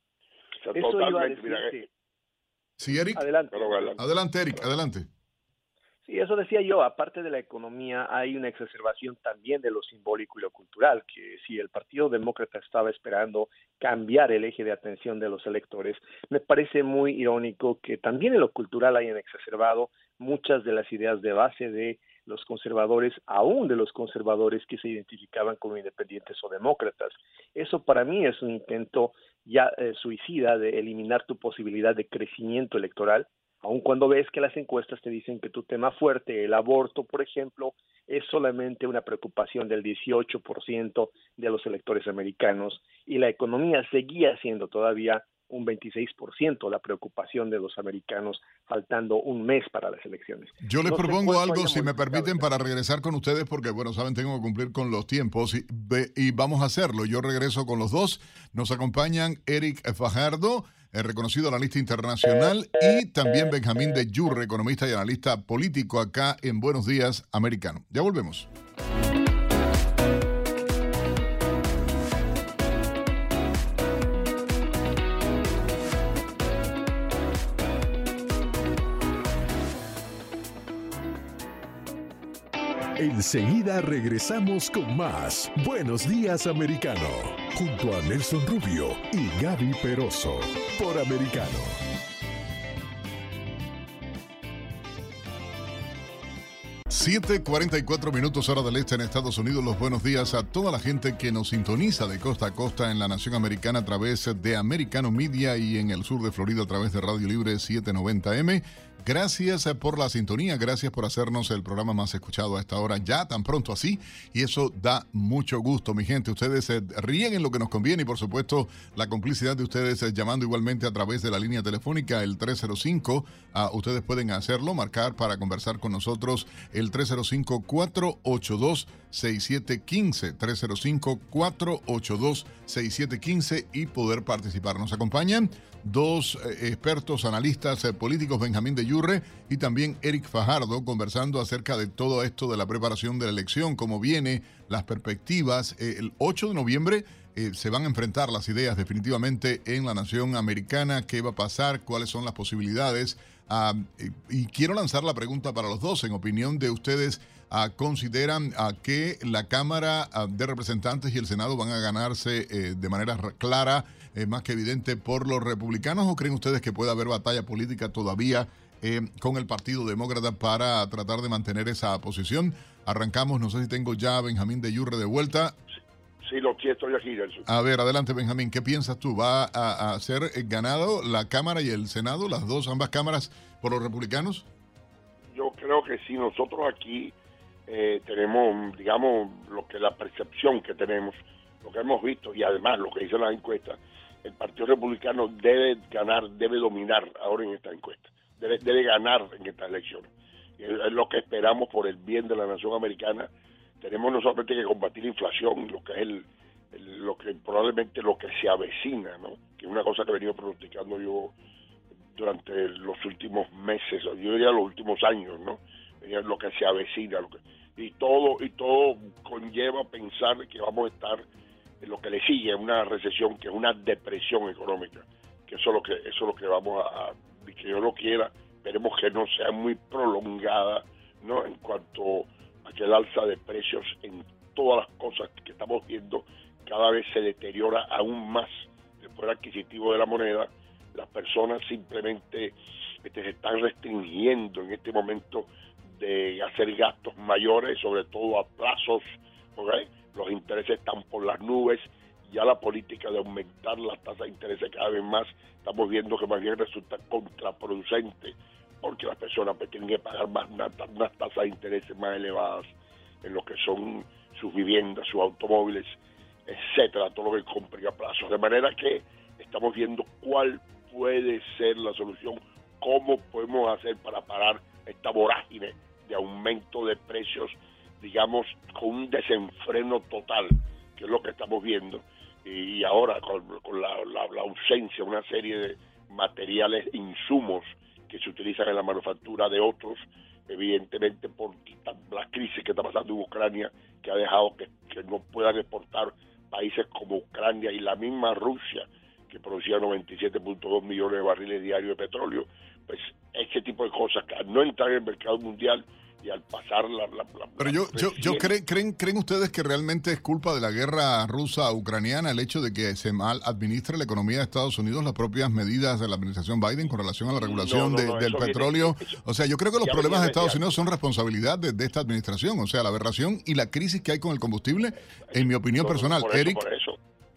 O sea, totalmente, mira, eh. Sí, Eric. Adelante. Adelante, Eric, adelante. Sí, eso decía yo. Aparte de la economía, hay una exacerbación también de lo simbólico y lo cultural, que si el Partido Demócrata estaba esperando cambiar el eje de atención de los electores, me parece muy irónico que también en lo cultural hayan exacerbado muchas de las ideas de base de los conservadores, aún de los conservadores que se identificaban como independientes o demócratas. Eso para mí es un intento ya eh, suicida de eliminar tu posibilidad de crecimiento electoral, aun cuando ves que las encuestas te dicen que tu tema fuerte, el aborto, por ejemplo, es solamente una preocupación del dieciocho por ciento de los electores americanos, y la economía seguía siendo todavía un veintiséis por ciento la preocupación de los americanos, faltando un mes para las elecciones. Yo les no propongo algo, si me permiten, para regresar con ustedes, porque, bueno, saben, tengo que cumplir con los tiempos, y, y vamos a hacerlo. Yo regreso con los dos. Nos acompañan Eric Fajardo, el reconocido analista internacional, y también Benjamín de Yurre, economista y analista político acá en Buenos Días Americano. Ya volvemos. Enseguida regresamos con más Buenos Días Americano, junto a Nelson Rubio y Gaby Peroso, por Americano. siete cuarenta y cuatro minutos hora del este en Estados Unidos. Los buenos días a toda la gente que nos sintoniza de costa a costa en la nación americana a través de Americano Media y en el sur de Florida a través de Radio Libre setecientos noventa eme. Gracias por la sintonía, gracias por hacernos el programa más escuchado a esta hora, ya tan pronto así, y eso da mucho gusto, mi gente. Ustedes se ríen en lo que nos conviene y, por supuesto, la complicidad de ustedes llamando igualmente a través de la línea telefónica, el tres cero cinco. Uh, ustedes pueden hacerlo, marcar para conversar con nosotros el el tres cero cinco, cuatro ocho dos, seis siete uno cinco, tres cero cinco, cuatro ocho dos, seis siete uno cinco y poder participar. Nos acompañan dos eh, expertos, analistas eh, políticos, Benjamín de Yurre y también Eric Fajardo, conversando acerca de todo esto de la preparación de la elección, cómo viene, las perspectivas. Eh, el ocho de noviembre eh, se van a enfrentar las ideas definitivamente en la nación americana, qué va a pasar, cuáles son las posibilidades. Uh, y quiero lanzar la pregunta para los dos. En opinión de ustedes, uh, ¿consideran uh, que la Cámara uh, de Representantes y el Senado van a ganarse eh, de manera clara, eh, más que evidente, por los republicanos? ¿O creen ustedes que puede haber batalla política todavía eh, con el Partido Demócrata para tratar de mantener esa posición? Arrancamos, no sé si tengo ya a Benjamín de Yurre de vuelta. Sí, lo que estoy aquí, Nelson. A ver, adelante, Benjamín. ¿Qué piensas tú? ¿Va a, a ser ganado la Cámara y el Senado, las dos, ambas cámaras, por los republicanos? Yo creo que sí. Nosotros aquí eh, tenemos, digamos, lo que la percepción que tenemos, lo que hemos visto y además lo que dicen las encuestas, el Partido Republicano debe ganar, debe dominar ahora en esta encuesta, debe, debe ganar en estas elecciones. Y es, es lo que esperamos por el bien de la nación americana. Tenemos no solamente que combatir la inflación, lo que es el, el, lo que probablemente lo que se avecina, ¿no? Que es una cosa que he venido pronosticando yo durante los últimos meses, yo diría los últimos años, ¿no? Lo que se avecina, lo que, y todo y todo conlleva pensar que vamos a estar en lo que le sigue, una recesión, que es una depresión económica, que eso es lo que eso es lo que vamos a, a que yo no quiera, esperemos que no sea muy prolongada, ¿no? En cuanto a que el alza de precios en todas las cosas que estamos viendo cada vez se deteriora aún más el poder adquisitivo de la moneda. Las personas simplemente este, se están restringiendo en este momento de hacer gastos mayores, sobre todo a plazos, ¿okay? Los intereses están por las nubes, ya la política de aumentar las tasas de interés cada vez más, estamos viendo que más bien resulta contraproducente, porque las personas pues, tienen que pagar más unas una tasas de interés más elevadas en lo que son sus viviendas, sus automóviles, etcétera, todo lo que compren a plazos. De manera que estamos viendo cuál puede ser la solución, cómo podemos hacer para parar esta vorágine de aumento de precios, digamos, con un desenfreno total, que es lo que estamos viendo. Y ahora con, con la, la, la ausencia de una serie de materiales, insumos, que se utilizan en la manufactura de otros, evidentemente por la crisis que está pasando en Ucrania, que ha dejado que, que no puedan exportar países como Ucrania y la misma Rusia, que producía noventa y siete punto dos millones de barriles diarios de petróleo. Pues ese tipo de cosas que al no entrar en el mercado mundial y al pasar la... la, la Pero yo, yo, yo creen, creen, ¿creen ustedes que realmente es culpa de la guerra rusa-ucraniana el hecho de que se mal administre la economía de Estados Unidos, las propias medidas de la administración Biden con relación a la regulación no, no, no, de, del petróleo? Viene, eso, o sea, yo creo que los problemas de Estados Unidos son responsabilidad de, de esta administración. O sea, la aberración y la crisis que hay con el combustible, en mi opinión personal. Por eso, Eric. por eso.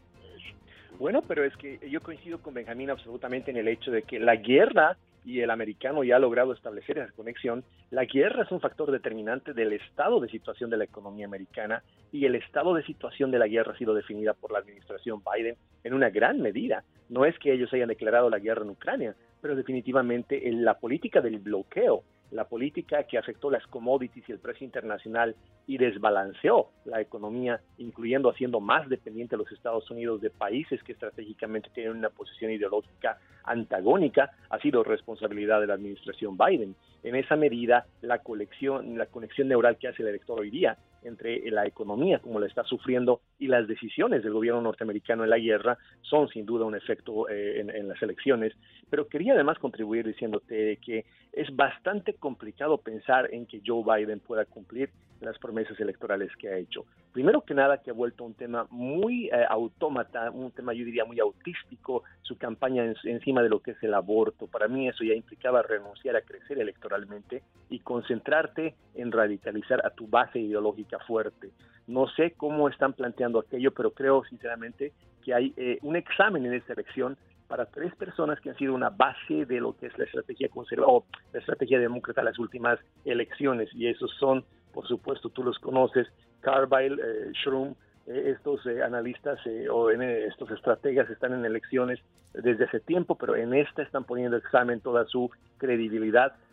Bueno, pero es que yo coincido con Benjamín absolutamente en el hecho de que la guerra, y el americano ya ha logrado establecer esa conexión, la guerra es un factor determinante del estado de situación de la economía americana, y el estado de situación de la guerra ha sido definida por la administración Biden en una gran medida. No es que ellos hayan declarado la guerra en Ucrania, pero definitivamente en la política del bloqueo, la política que afectó las commodities y el precio internacional y desbalanceó la economía, incluyendo haciendo más dependiente a los Estados Unidos de países que estratégicamente tienen una posición ideológica antagónica, ha sido responsabilidad de la administración Biden. En esa medida, la conexión, la conexión neural que hace el elector hoy día entre la economía, como la está sufriendo, y las decisiones del gobierno norteamericano en la guerra son sin duda un efecto eh, en, en las elecciones. Pero quería además contribuir diciéndote que es bastante complicado pensar en que Joe Biden pueda cumplir las promesas electorales que ha hecho. Primero que nada, que ha vuelto un tema muy eh, autómata, un tema yo diría muy autístico, su campaña en, encima de lo que es el aborto. Para mí eso ya implicaba renunciar a crecer electoralmente y concentrarte en radicalizar a tu base ideológica fuerte. No sé cómo están planteando aquello, pero creo sinceramente que hay eh, un examen en esta elección para tres personas que han sido una base de lo que es la estrategia conservadora, la estrategia demócrata en las últimas elecciones, y esos son, por supuesto, tú los conoces, Carville, eh, Shroom, eh, estos eh, analistas eh, o en, eh, estos estrategas están en elecciones desde hace tiempo, pero en esta están poniendo examen toda su credibilidad.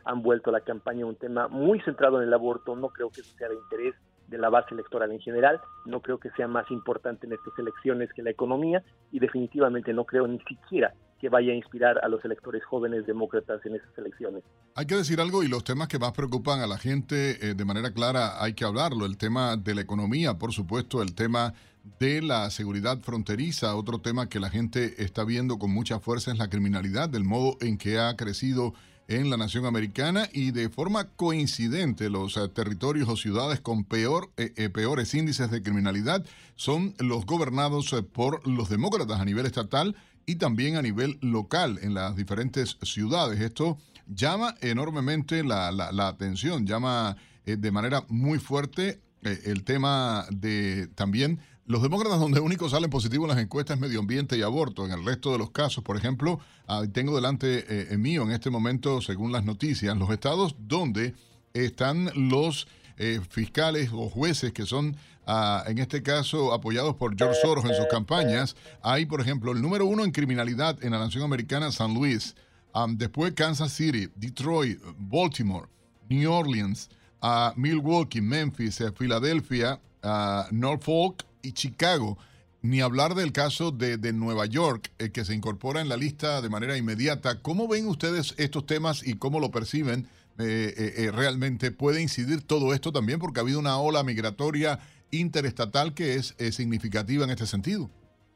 han vuelto la campaña un tema muy centrado en el aborto. No creo que eso sea de interés de la base electoral en general, no creo que sea más importante en estas elecciones que la economía, y definitivamente no creo ni siquiera que vaya a inspirar a los electores jóvenes demócratas en esas elecciones. Hay que decir algo, y los temas que más preocupan a la gente eh, de manera clara hay que hablarlo. El tema de la economía, por supuesto, el tema de la seguridad fronteriza, otro tema que la gente está viendo con mucha fuerza es la criminalidad, del modo en que ha crecido en la nación americana, y de forma coincidente los eh, territorios o ciudades con peor, eh, eh, peores índices de criminalidad son los gobernados eh, por los demócratas a nivel estatal y también a nivel local en las diferentes ciudades. Esto llama enormemente la, la, la atención, llama eh, de manera muy fuerte eh, el tema de también los demócratas donde únicos salen positivos en las encuestas medio ambiente y aborto. En el resto de los casos, por ejemplo, ah, tengo delante eh, mío en este momento, según las noticias, los estados donde están los eh, fiscales o jueces que son, ah, en este caso, apoyados por George Soros en sus campañas. Hay, por ejemplo, el número uno en criminalidad en la nación americana, San Luis. Um, después Kansas City, Detroit, Baltimore, New Orleans, uh, Milwaukee, Memphis, uh, Filadelfia, uh, Norfolk y Chicago. Ni hablar del caso de, de Nueva York, eh, que se incorpora en la lista de manera inmediata. ¿Cómo ven ustedes estos temas y cómo lo perciben? Eh, eh, eh, ¿Realmente puede incidir todo esto también? Porque ha habido una ola migratoria interestatal que es, es significativa en este sentido.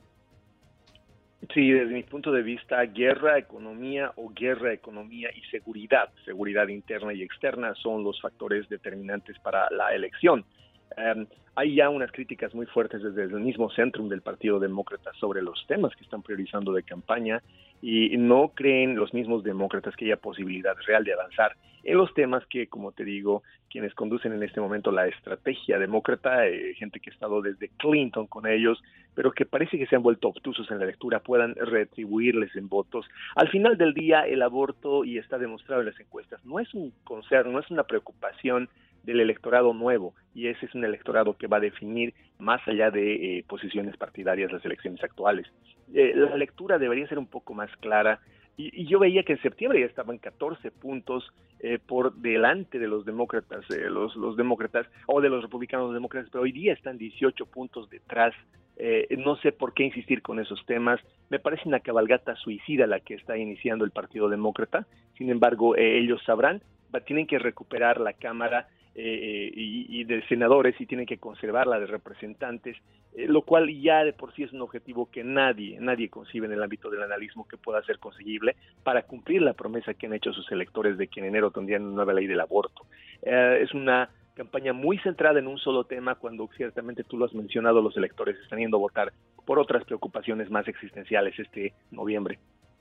Sí, desde mi punto de vista, guerra, economía o guerra, economía y seguridad, seguridad interna y externa son los factores determinantes para la elección. Um, hay ya unas críticas muy fuertes desde el mismo centrum del Partido Demócrata sobre los temas que están priorizando de campaña, y no creen los mismos demócratas que haya posibilidad real de avanzar en los temas que, como te digo, quienes conducen en este momento la estrategia demócrata, eh, gente que ha estado desde Clinton con ellos, pero que parece que se han vuelto obtusos en la lectura, puedan retribuirles en votos. Al final del día, el aborto, y está demostrado en las encuestas, no es un concern, no es una preocupación del electorado nuevo, y ese es un electorado que va a definir más allá de eh, posiciones partidarias las elecciones actuales. Eh, la lectura debería ser un poco más clara, y, y yo veía que en septiembre ya estaban catorce puntos eh, por delante de los demócratas, eh, los, los demócratas, o de los republicanos demócratas, pero hoy día están dieciocho puntos detrás. Eh, no sé por qué insistir con esos temas. Me parece una cabalgata suicida la que está iniciando el Partido Demócrata. Sin embargo, eh, ellos sabrán, tienen que recuperar la Cámara Eh, y, y de senadores, y tienen que conservar la de representantes, eh, lo cual ya de por sí es un objetivo que nadie, nadie concibe en el ámbito del analismo que pueda ser conseguible para cumplir la promesa que han hecho sus electores de que en enero tendrían una nueva ley del aborto. Eh, es una campaña muy centrada en un solo tema, cuando ciertamente tú lo has mencionado, los electores están yendo a votar por otras preocupaciones más existenciales este noviembre.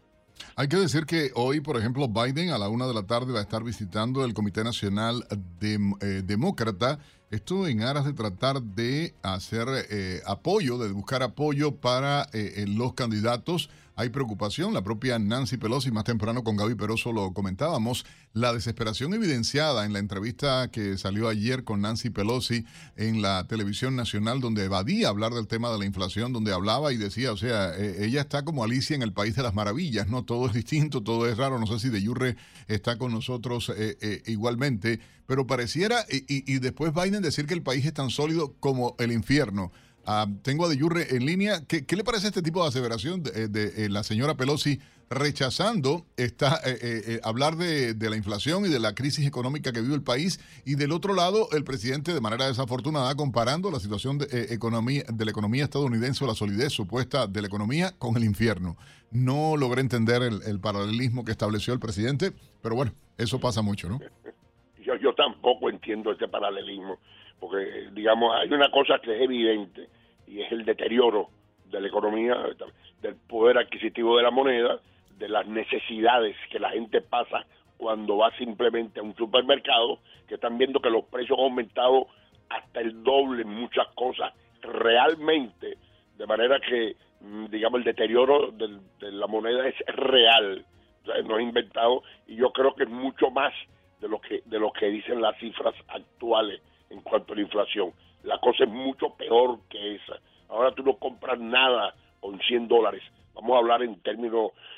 Hay que decir que hoy, por ejemplo, Biden a la una de la tarde va a estar visitando el Comité Nacional de, eh, Demócrata, esto en aras de tratar de hacer eh, apoyo, de buscar apoyo para eh, los candidatos. Hay preocupación, la propia Nancy Pelosi, más temprano con Gaby Peroso lo comentábamos, la desesperación evidenciada en la entrevista que salió ayer con Nancy Pelosi en la televisión nacional, donde evadía hablar del tema de la inflación, donde hablaba y decía, o sea, eh, ella está como Alicia en el País de las Maravillas, ¿no? Todo es distinto, todo es raro, no sé si De Yurre está con nosotros eh, eh, igualmente, pero pareciera, y, y, y después Biden decir que el país es tan sólido como el infierno. Uh, tengo a De Yurre en línea. ¿Qué, ¿Qué le parece este tipo de aseveración de, de, de la señora Pelosi rechazando esta, eh, eh, hablar de, de la inflación y de la crisis económica que vive el país? Y del otro lado, el presidente, de manera desafortunada, comparando la situación de, eh, economía, de la economía estadounidense o la solidez supuesta de la economía con el infierno. No logré entender el, el paralelismo que estableció el presidente, pero bueno, eso pasa mucho, ¿no? Yo, yo tampoco entiendo este paralelismo, porque, digamos, hay una cosa que es evidente, y es el deterioro de la economía, del poder adquisitivo de la moneda, de las necesidades que la gente pasa cuando va simplemente a un supermercado, que están viendo que los precios han aumentado hasta el doble en muchas cosas, realmente, de manera que, digamos, el deterioro del, de la moneda es real, o sea, no es inventado, y yo creo que es mucho más de lo que de lo que dicen las cifras actuales en cuanto a la inflación. La cosa es mucho peor que esa. Ahora tú no compras nada con cien dólares. Vamos a hablar en términos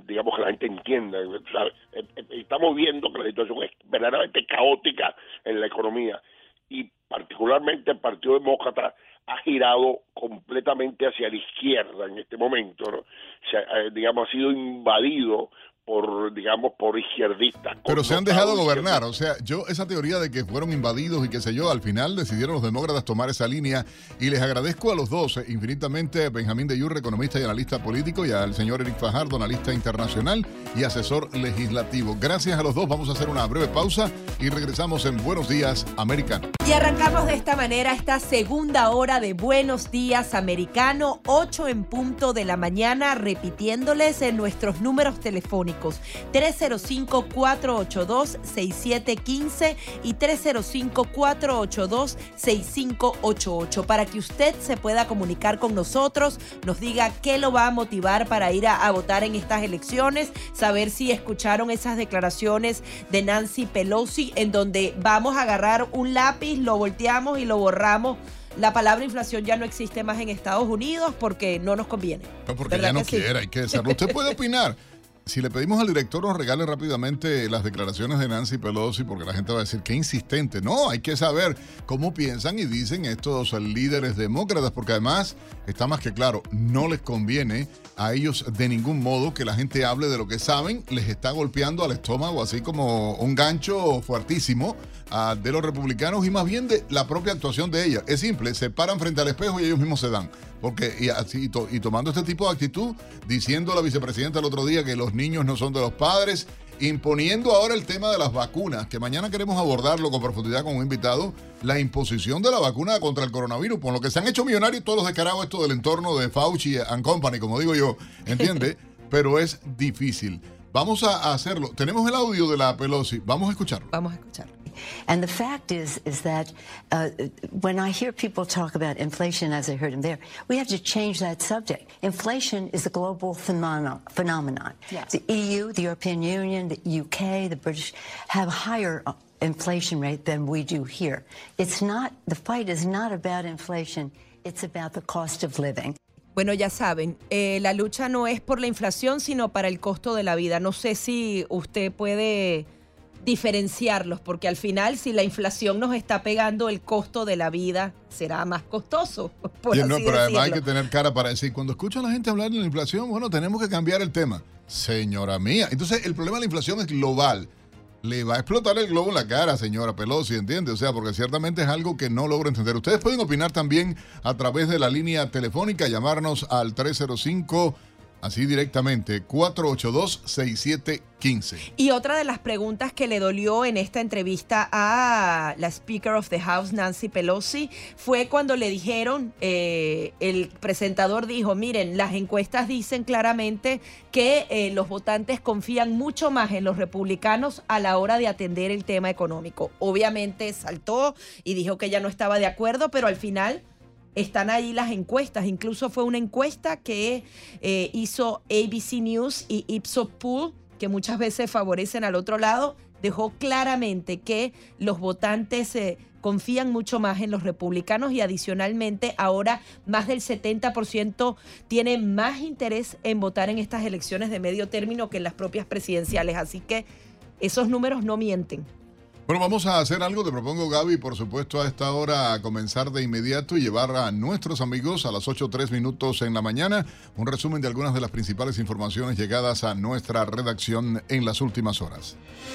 digamos, que la gente entienda. ¿Sabes? Estamos viendo que la situación es verdaderamente caótica en la economía y particularmente el Partido Demócrata ha girado completamente hacia la izquierda en este momento, ¿no? Se, eh, digamos, ha sido invadido por, digamos, por izquierdistas. Pero se han dejado gobernar, o sea, yo esa teoría de que fueron invadidos y qué sé yo, al final decidieron los demócratas tomar esa línea y les agradezco a los dos, eh, infinitamente, Benjamín de Yurre, economista y analista político, y al señor Eric Fajardo, analista internacional y asesor legislativo. Gracias a los dos, vamos a hacer una breve pausa y regresamos en Buenos Días, Americano. Y arrancamos de esta manera esta segunda hora de Buenos Días, Americano, ocho en punto de la mañana, repitiéndoles en nuestros números telefónicos. tres cero cinco, cuatro ocho dos, seis siete uno cinco y tres cero cinco, cuatro ocho dos, seis cinco ocho ocho para que usted se pueda comunicar con nosotros, nos diga qué lo va a motivar para ir a, a votar en estas elecciones, saber si escucharon esas declaraciones de Nancy Pelosi en donde vamos a agarrar un lápiz, lo volteamos y lo borramos. La palabra inflación ya no existe más en Estados Unidos porque no nos conviene. No, porque ya no quiere, sí? Hay que hacerlo. Usted puede opinar. Si le pedimos al director nos regale rápidamente las declaraciones de Nancy Pelosi, porque la gente va a decir, qué insistente. No, hay que saber cómo piensan y dicen estos líderes demócratas, porque además está más que claro, no les conviene a ellos de ningún modo que la gente hable de lo que saben, les está golpeando al estómago, así como un gancho fuertísimo uh, de los republicanos y más bien de la propia actuación de ellas. Es simple, se paran frente al espejo y ellos mismos se dan. Porque y, así, y, to, y tomando este tipo de actitud, diciendo a la vicepresidenta el otro día que los niños no son de los padres, imponiendo ahora el tema de las vacunas, que mañana queremos abordarlo con profundidad con un invitado, la imposición de la vacuna contra el coronavirus, por lo que se han hecho millonarios todos los descarados esto del entorno de Fauci and Company, como digo yo, ¿entiende? Pero es difícil. Vamos a hacerlo. Tenemos el audio de la Pelosi, vamos a escucharlo. Vamos a escucharlo. And the fact is, is that uh, when I hear people talk about inflation, as I heard him there, we have to change that subject. Inflation is a global phenomenon. phenomenon. Yes. The E U, the European Union, the U K, the British have higher inflation rate than we do here. It's not, the fight is not about inflation, it's about the cost of living. Bueno, ya saben, eh, la lucha no es por la inflación, sino para el costo de la vida. No sé si usted puede diferenciarlos, porque al final, si la inflación nos está pegando, el costo de la vida será más costoso, por sí, así no, pero decirlo. Además hay que tener cara para decir, cuando escucho a la gente hablar de la inflación, bueno, tenemos que cambiar el tema. Señora mía, entonces el problema de la inflación es global. Le va a explotar el globo en la cara, señora Pelosi, ¿entiende? O sea, porque ciertamente es algo que no logro entender. Ustedes pueden opinar también a través de la línea telefónica, llamarnos al tres cero cinco, así directamente, cuatro ocho dos, seis siete uno cinco. Y otra de las preguntas que le dolió en esta entrevista a la Speaker of the House, Nancy Pelosi, fue cuando le dijeron, eh, el presentador dijo, miren, las encuestas dicen claramente que eh, los votantes confían mucho más en los republicanos a la hora de atender el tema económico. Obviamente saltó y dijo que ella no estaba de acuerdo, pero al final están ahí las encuestas. Incluso fue una encuesta que eh, hizo A B C News y Ipsos Poll, que muchas veces favorecen al otro lado, dejó claramente que los votantes eh, confían mucho más en los republicanos y adicionalmente ahora más del setenta por ciento tiene más interés en votar en estas elecciones de medio término que en las propias presidenciales. Así que esos números no mienten. Bueno, vamos a hacer algo, te propongo, Gaby, por supuesto, a esta hora a comenzar de inmediato y llevar a nuestros amigos a las ocho tres minutos en la mañana un resumen de algunas de las principales informaciones llegadas a nuestra redacción en las últimas horas.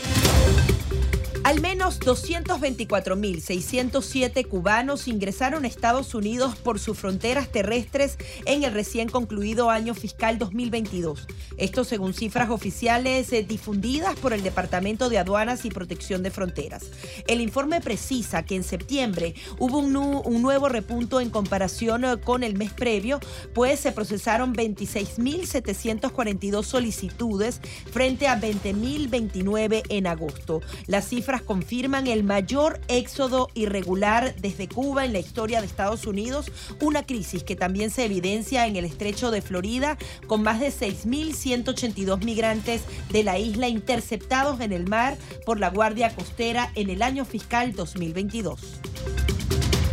Al menos doscientos veinticuatro mil seiscientos siete cubanos ingresaron a Estados Unidos por sus fronteras terrestres en el recién concluido año fiscal dos mil veintidós. Esto según cifras oficiales eh, difundidas por el Departamento de Aduanas y Protección de Fronteras. El informe precisa que en septiembre hubo un, nu- un nuevo repunto en comparación eh, con el mes previo, pues se procesaron veintiséis mil setecientos cuarenta y dos solicitudes frente a veinte mil veintinueve en agosto. Las cifras confirman el mayor éxodo irregular desde Cuba en la historia de Estados Unidos, una crisis que también se evidencia en el estrecho de Florida, con más de seis mil ciento ochenta y dos migrantes de la isla interceptados en el mar por la Guardia Costera en el año fiscal dos mil veintidós.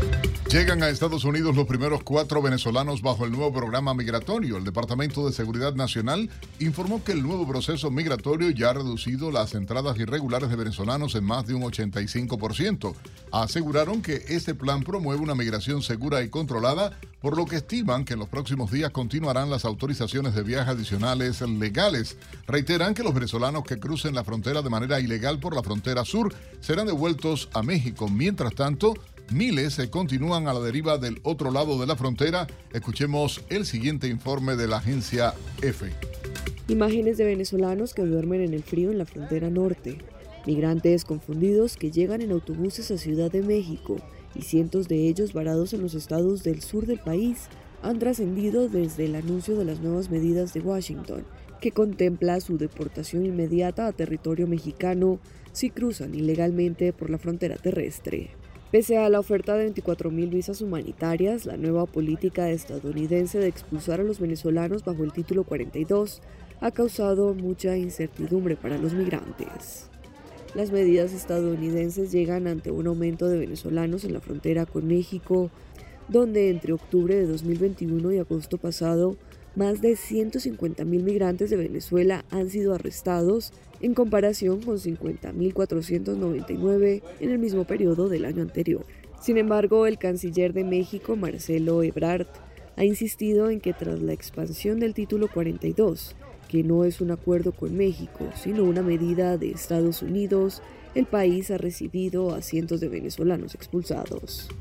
Llegan a Estados Unidos los primeros cuatro venezolanos bajo el nuevo programa migratorio. El Departamento de Seguridad Nacional informó que el nuevo proceso migratorio ya ha reducido las entradas irregulares de venezolanos en más de un ochenta y cinco por ciento. Aseguraron que este plan promueve una migración segura y controlada, por lo que estiman que en los próximos días continuarán las autorizaciones de viaje adicionales legales. Reiteran que los venezolanos que crucen la frontera de manera ilegal por la frontera sur serán devueltos a México. Mientras tanto, miles se continúan a la deriva del otro lado de la frontera. Escuchemos el siguiente informe de la agencia EFE. Imágenes de venezolanos que duermen en el frío en la frontera norte. Migrantes confundidos que llegan en autobuses a Ciudad de México y cientos de ellos varados en los estados del sur del país han trascendido desde el anuncio de las nuevas medidas de Washington, que contempla su deportación inmediata a territorio mexicano si cruzan ilegalmente por la frontera terrestre. Pese a la oferta de veinticuatro mil visas humanitarias, la nueva política estadounidense de expulsar a los venezolanos bajo el título cuarenta y dos ha causado mucha incertidumbre para los migrantes. Las medidas estadounidenses llegan ante un aumento de venezolanos en la frontera con México, donde entre octubre de dos mil veintiuno y agosto pasado, más de ciento cincuenta mil migrantes de Venezuela han sido arrestados, en comparación con cincuenta mil cuatrocientos noventa y nueve en el mismo periodo del año anterior. Sin embargo, el canciller de México, Marcelo Ebrard, ha insistido en que tras la expansión del título cuarenta y dos, que no es un acuerdo con México, sino una medida de Estados Unidos, el país ha recibido a cientos de venezolanos expulsados.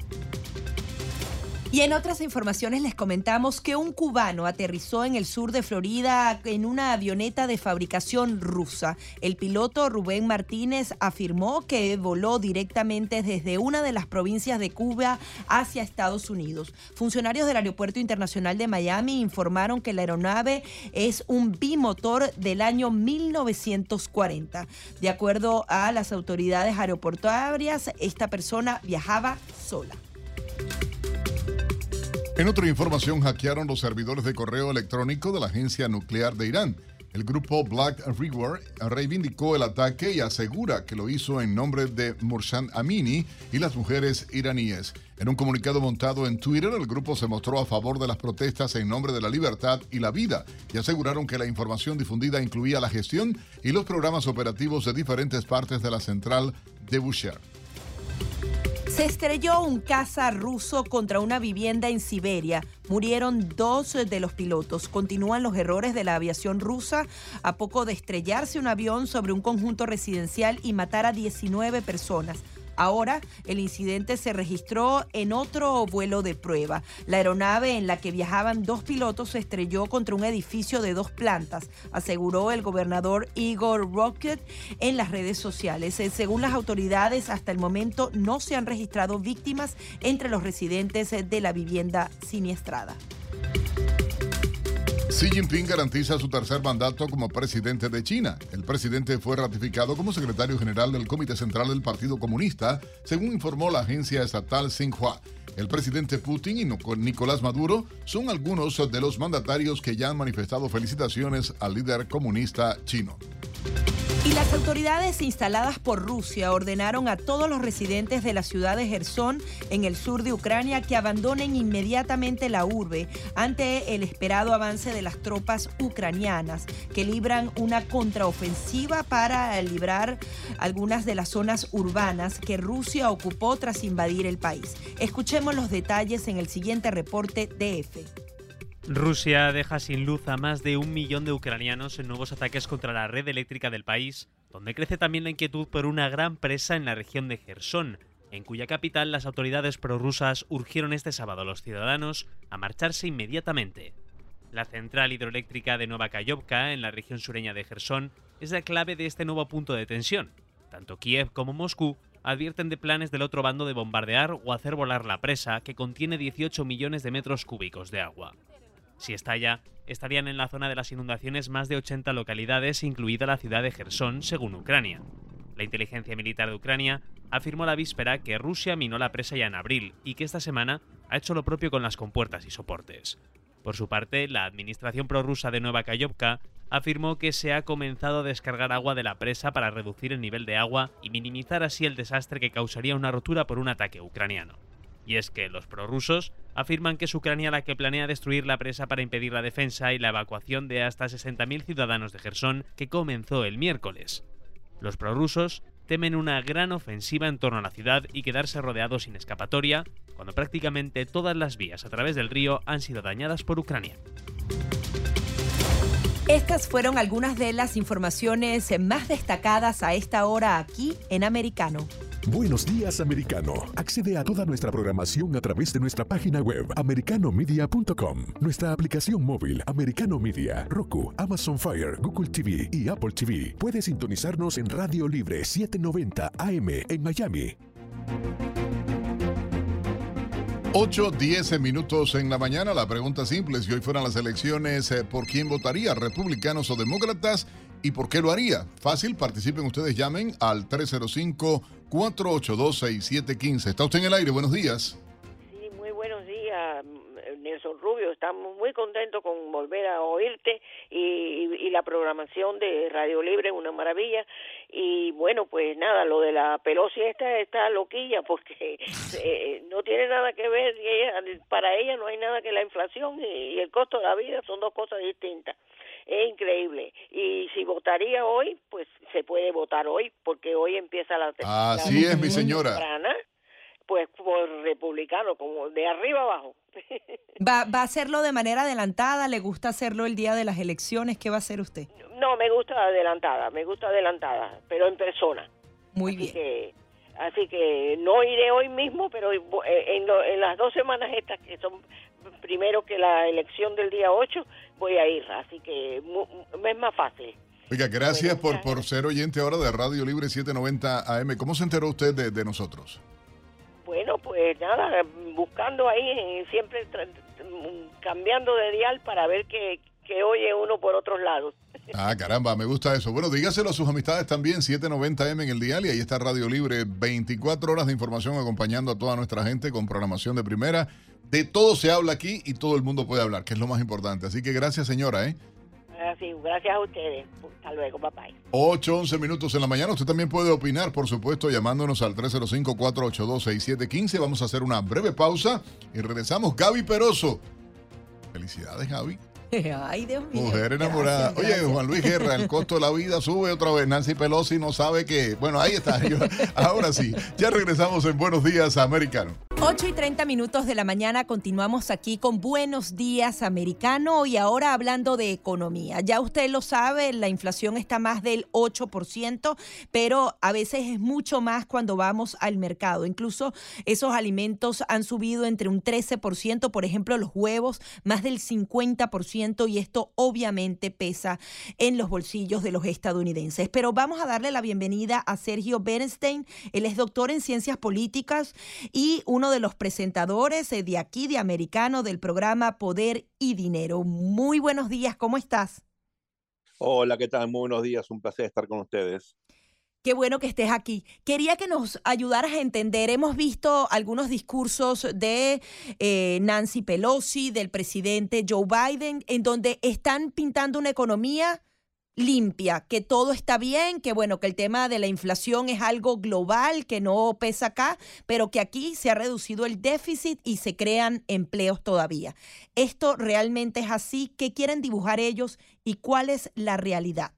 Y en otras informaciones les comentamos que un cubano aterrizó en el sur de Florida en una avioneta de fabricación rusa. El piloto Rubén Martínez afirmó que voló directamente desde una de las provincias de Cuba hacia Estados Unidos. Funcionarios del Aeropuerto Internacional de Miami informaron que la aeronave es un bimotor del año mil novecientos cuarenta. De acuerdo a las autoridades aeroportuarias, esta persona viajaba sola. En otra información, hackearon los servidores de correo electrónico de la agencia nuclear de Irán. El grupo Black Reward reivindicó el ataque y asegura que lo hizo en nombre de Mohsen Amini y las mujeres iraníes. En un comunicado montado en Twitter, el grupo se mostró a favor de las protestas en nombre de la libertad y la vida y aseguraron que la información difundida incluía la gestión y los programas operativos de diferentes partes de la central de Bushehr. Se estrelló un caza ruso contra una vivienda en Siberia. Murieron dos de los pilotos. Continúan los errores de la aviación rusa a poco de estrellarse un avión sobre un conjunto residencial y matar a diecinueve personas. Ahora, el incidente se registró en otro vuelo de prueba. La aeronave en la que viajaban dos pilotos se estrelló contra un edificio de dos plantas, aseguró el gobernador Igor Rocket en las redes sociales. Según las autoridades, hasta el momento no se han registrado víctimas entre los residentes de la vivienda siniestrada. Xi Jinping garantiza su tercer mandato como presidente de China. El presidente fue ratificado como secretario general del Comité Central del Partido Comunista, según informó la agencia estatal Xinhua. El presidente Putin y Nicolás Maduro son algunos de los mandatarios que ya han manifestado felicitaciones al líder comunista chino. Y las autoridades instaladas por Rusia ordenaron a todos los residentes de la ciudad de Jersón, en el sur de Ucrania, que abandonen inmediatamente la urbe ante el esperado avance de las tropas ucranianas, que libran una contraofensiva para librar algunas de las zonas urbanas que Rusia ocupó tras invadir el país. Escuchemos los detalles en el siguiente reporte de EFE. Rusia deja sin luz a más de un millón de ucranianos en nuevos ataques contra la red eléctrica del país, donde crece también la inquietud por una gran presa en la región de Jersón, en cuya capital las autoridades prorrusas urgieron este sábado a los ciudadanos a marcharse inmediatamente. La central hidroeléctrica de Nueva Kayovka, en la región sureña de Jersón, es la clave de este nuevo punto de tensión. Tanto Kiev como Moscú advierten de planes del otro bando de bombardear o hacer volar la presa, que contiene dieciocho millones de metros cúbicos de agua. Si estalla, estarían en la zona de las inundaciones más de ochenta localidades, incluida la ciudad de Jersón, según Ucrania. La inteligencia militar de Ucrania afirmó la víspera que Rusia minó la presa ya en abril y que esta semana ha hecho lo propio con las compuertas y soportes. Por su parte, la administración prorrusa de Nueva Kayovka afirmó que se ha comenzado a descargar agua de la presa para reducir el nivel de agua y minimizar así el desastre que causaría una rotura por un ataque ucraniano. Y es que los prorrusos afirman que es Ucrania la que planea destruir la presa para impedir la defensa y la evacuación de hasta sesenta mil ciudadanos de Jersón, que comenzó el miércoles. Los prorrusos temen una gran ofensiva en torno a la ciudad y quedarse rodeados sin escapatoria, cuando prácticamente todas las vías a través del río han sido dañadas por Ucrania. Estas fueron algunas de las informaciones más destacadas a esta hora aquí en Americano. Buenos días, Americano. Accede a toda nuestra programación a través de nuestra página web, americano media punto com, nuestra aplicación móvil, Americano Media, Roku, Amazon Fire, Google T V y Apple T V. Puedes sintonizarnos en Radio Libre setecientos noventa A M en Miami. ocho, diez minutos en la mañana. La pregunta simple: si hoy fueran las elecciones, ¿por quién votaría? ¿Republicanos o demócratas? ¿Y por qué lo haría? Fácil, participen ustedes, llamen al tres cero cinco, cuatro ocho dos, seis siete uno cinco. Está usted en el aire, buenos días. Sí, muy buenos días, Nelson Rubio. Estamos muy contentos con volver a oírte y, y, y la programación de Radio Libre, una maravilla. Y bueno, pues nada, lo de la Pelosi esta está loquilla porque eh, no tiene nada que ver, y ella, para ella no hay nada que la inflación y, y el costo de la vida son dos cosas distintas. Es increíble. Y si votaría hoy, pues se puede votar hoy, porque hoy empieza la... Así la es, mi señora. Temprana, pues por republicano, como de arriba abajo. ¿Va, ¿Va a hacerlo de manera adelantada? ¿Le gusta hacerlo el día de las elecciones? ¿Qué va a hacer usted? No, me gusta adelantada, me gusta adelantada, pero en persona. Muy así bien. Que, así que no iré hoy mismo, pero en, lo, en las dos semanas estas, que son primero que la elección del día ocho, voy a ir, así que me es más fácil. Oiga, gracias por, por ser oyente ahora de Radio Libre setecientos noventa A M. ¿Cómo se enteró usted de, de nosotros? Bueno, pues nada, buscando ahí, siempre cambiando de dial para ver que, que oye uno por otros lados. Ah, caramba, me gusta eso. Bueno, dígaselo a sus amistades también, setecientos noventa A M en el dial, y ahí está Radio Libre, veinticuatro horas de información acompañando a toda nuestra gente con programación de primera. De todo se habla aquí y todo el mundo puede hablar, que es lo más importante. Así que gracias, señora, ¿eh? Así, gracias a ustedes. Hasta luego, bye bye. ocho, once minutos en la mañana. Usted también puede opinar, por supuesto, llamándonos al tres cero cinco, cuatro ocho dos, seis siete uno cinco. Vamos a hacer una breve pausa y regresamos. Gaby Peroso. Felicidades, Gaby. Ay, Dios mío. Mujer enamorada. Gracias, gracias. Oye, Juan Luis Guerra, el costo de la vida sube otra vez. Nancy Pelosi no sabe que... Bueno, ahí está. Yo, ahora sí. Ya regresamos en Buenos Días, Americano. ocho y treinta minutos de la mañana, continuamos aquí con Buenos Días, Americano, y ahora hablando de economía. Ya usted lo sabe, la inflación está más del ocho por ciento, pero a veces es mucho más cuando vamos al mercado. Incluso esos alimentos han subido entre un trece por ciento, por ejemplo, los huevos, más del cincuenta por ciento, y esto obviamente pesa en los bolsillos de los estadounidenses. Pero vamos a darle la bienvenida a Sergio Bernstein. Él es doctor en ciencias políticas y uno de los presentadores de aquí de Americano del programa Poder y Dinero. Muy buenos días, ¿cómo estás? Hola, ¿qué tal? Muy buenos días, un placer estar con ustedes. Qué bueno que estés aquí. Quería que nos ayudaras a entender, hemos visto algunos discursos de eh, Nancy Pelosi, del presidente Joe Biden, en donde están pintando una economía limpia, que todo está bien, que bueno, que el tema de la inflación es algo global, que no pesa acá, pero que aquí se ha reducido el déficit y se crean empleos todavía. ¿Esto realmente es así? ¿Qué quieren dibujar ellos y cuál es la realidad?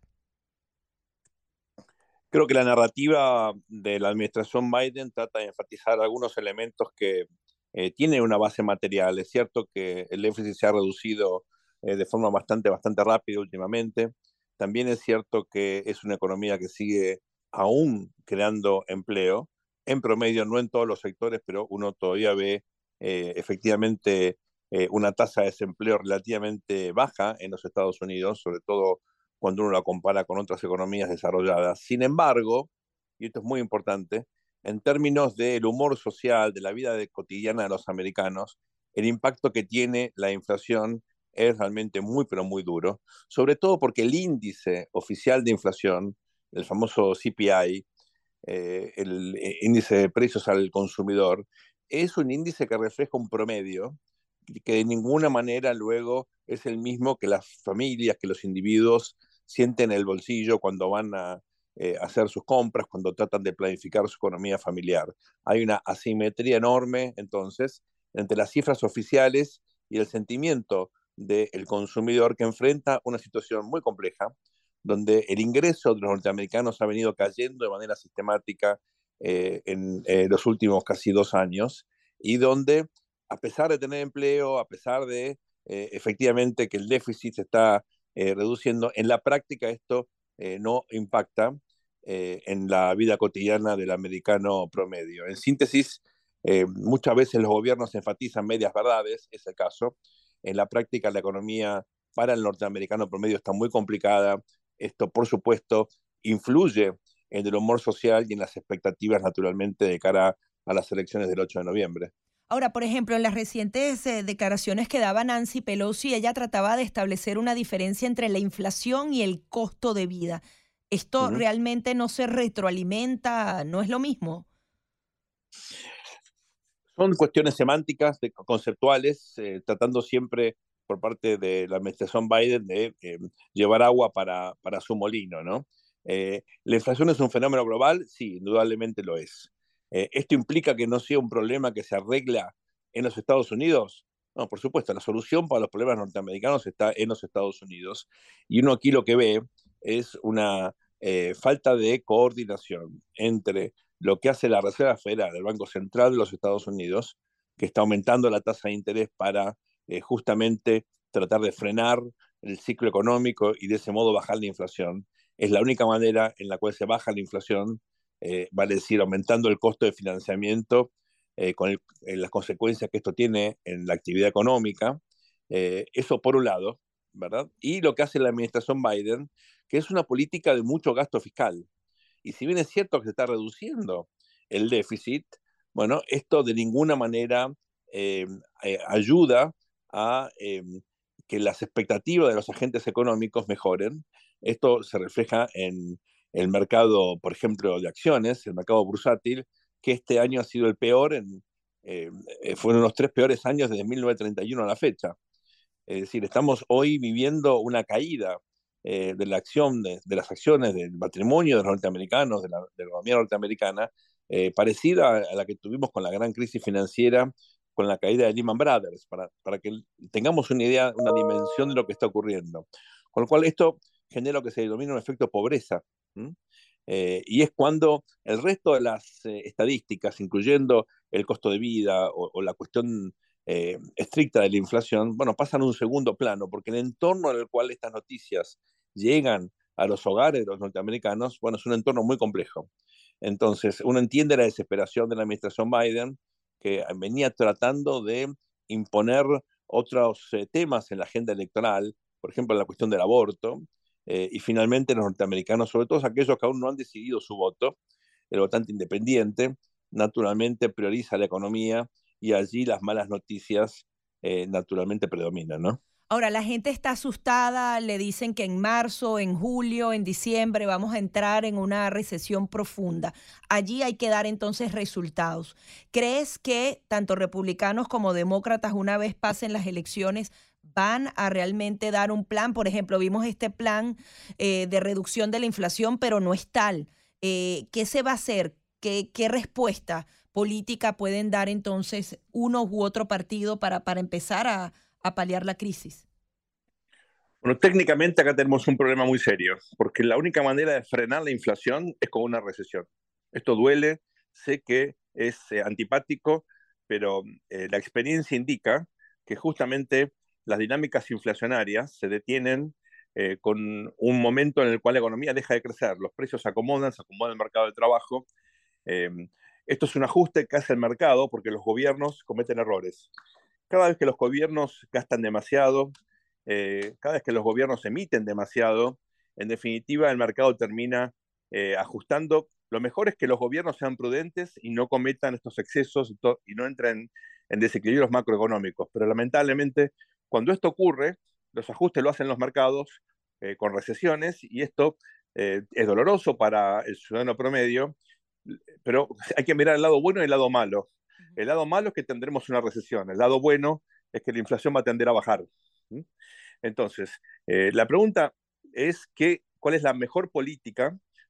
Creo que la narrativa de la administración Biden trata de enfatizar algunos elementos que eh, tienen una base material. Es cierto que el déficit se ha reducido eh, de forma bastante, bastante rápida últimamente. También es cierto que es una economía que sigue aún creando empleo. En promedio, no en todos los sectores, pero uno todavía ve eh, efectivamente eh, una tasa de desempleo relativamente baja en los Estados Unidos, sobre todo cuando uno la compara con otras economías desarrolladas. Sin embargo, y esto es muy importante, en términos del humor social, de la vida de, cotidiana de los americanos, el impacto que tiene la inflación es realmente muy, pero muy duro, sobre todo porque el índice oficial de inflación, el famoso C P I, eh, el índice de precios al consumidor, es un índice que refleja un promedio que de ninguna manera luego es el mismo que las familias, que los individuos sienten en el bolsillo cuando van a, eh, hacer sus compras, cuando tratan de planificar su economía familiar. Hay una asimetría enorme, entonces, entre las cifras oficiales y el sentimiento del consumidor que enfrenta una situación muy compleja, donde el ingreso de los norteamericanos ha venido cayendo de manera sistemática eh, en eh, los últimos casi dos años, y donde, a pesar de tener empleo, a pesar de eh, efectivamente que el déficit se está eh, reduciendo, en la práctica esto eh, no impacta eh, en la vida cotidiana del americano promedio. En síntesis, eh, muchas veces los gobiernos enfatizan medias verdades, es el caso. En la práctica la economía para el norteamericano promedio está muy complicada. Esto, por supuesto, influye en el humor social y en las expectativas, naturalmente, de cara a las elecciones del ocho de noviembre. Ahora, por ejemplo, en las recientes eh, declaraciones que daba Nancy Pelosi, ella trataba de establecer una diferencia entre la inflación y el costo de vida. ¿Esto uh-huh. realmente no se retroalimenta? ¿No es lo mismo? Son cuestiones semánticas, de, conceptuales, eh, tratando siempre por parte de la administración Biden de eh, llevar agua para, para su molino, ¿no? Eh, ¿La inflación es un fenómeno global? Sí, indudablemente lo es. Eh, ¿Esto implica que no sea un problema que se arregla en los Estados Unidos? No, por supuesto, la solución para los problemas norteamericanos está en los Estados Unidos. Y uno aquí lo que ve es una eh, falta de coordinación entre lo que hace la Reserva Federal, el Banco Central de los Estados Unidos, que está aumentando la tasa de interés para eh, justamente tratar de frenar el ciclo económico y de ese modo bajar la inflación. Es la única manera en la cual se baja la inflación, eh, vale decir, aumentando el costo de financiamiento, eh, con el, eh, las consecuencias que esto tiene en la actividad económica. Eh, eso por un lado, ¿verdad? Y lo que hace la administración Biden, que es una política de mucho gasto fiscal. Y si bien es cierto que se está reduciendo el déficit, bueno, esto de ninguna manera eh, eh, ayuda a eh, que las expectativas de los agentes económicos mejoren. Esto se refleja en el mercado, por ejemplo, de acciones, el mercado bursátil, que este año ha sido el peor, en, eh, fueron los tres peores años desde mil novecientos treinta y uno a la fecha. Es decir, estamos hoy viviendo una caída eh, de la acción, de, de las acciones del patrimonio de los norteamericanos, de la, de la economía norteamericana, eh, parecida a la que tuvimos con la gran crisis financiera, con la caída de Lehman Brothers, para, para que tengamos una idea, una dimensión de lo que está ocurriendo. Con lo cual esto genera lo que se denomina un efecto pobreza. ¿Mm? Eh, y es cuando el resto de las eh, estadísticas, incluyendo el costo de vida o, o la cuestión eh, estricta de la inflación, bueno, pasan a un segundo plano, porque el entorno en el cual estas noticias llegan a los hogares de los norteamericanos, bueno, es un entorno muy complejo. Entonces, uno entiende la desesperación de la administración Biden, que venía tratando de imponer otros eh, temas en la agenda electoral, por ejemplo, la cuestión del aborto, eh, y finalmente los norteamericanos, sobre todo aquellos que aún no han decidido su voto, el votante independiente, naturalmente prioriza la economía y allí las malas noticias eh, naturalmente predominan, ¿no? Ahora, la gente está asustada, le dicen que en marzo, en julio, en diciembre vamos a entrar en una recesión profunda. Allí hay que dar entonces resultados. ¿Crees que tanto republicanos como demócratas, una vez pasen las elecciones, van a realmente dar un plan? Por ejemplo, vimos este plan eh, de reducción de la inflación, pero no es tal. Eh, ¿Qué se va a hacer? ¿Qué, qué respuesta política pueden dar entonces uno u otro partido para, para empezar a a paliar la crisis? Bueno, técnicamente acá tenemos un problema muy serio, porque la única manera de frenar la inflación es con una recesión. Esto duele, sé que es eh, antipático, pero eh, la experiencia indica que justamente las dinámicas inflacionarias se detienen eh, con un momento en el cual la economía deja de crecer, los precios se acomodan, se acomoda el mercado de trabajo. Eh, esto es un ajuste que hace el mercado porque los gobiernos cometen errores. Cada vez que los gobiernos gastan demasiado, eh, cada vez que los gobiernos emiten demasiado, en definitiva el mercado termina eh, ajustando. Lo mejor es que los gobiernos sean prudentes y no cometan estos excesos y, y no entren en desequilibrios macroeconómicos. Pero lamentablemente, cuando esto ocurre, los ajustes lo hacen los mercados eh, con recesiones, y esto eh, es doloroso para el ciudadano promedio, pero hay que mirar el lado bueno y el lado malo. El lado malo es que tendremos una recesión. El lado bueno es que la inflación va a tender a bajar. Entonces, eh, la pregunta es que, ¿cuál es la mejor política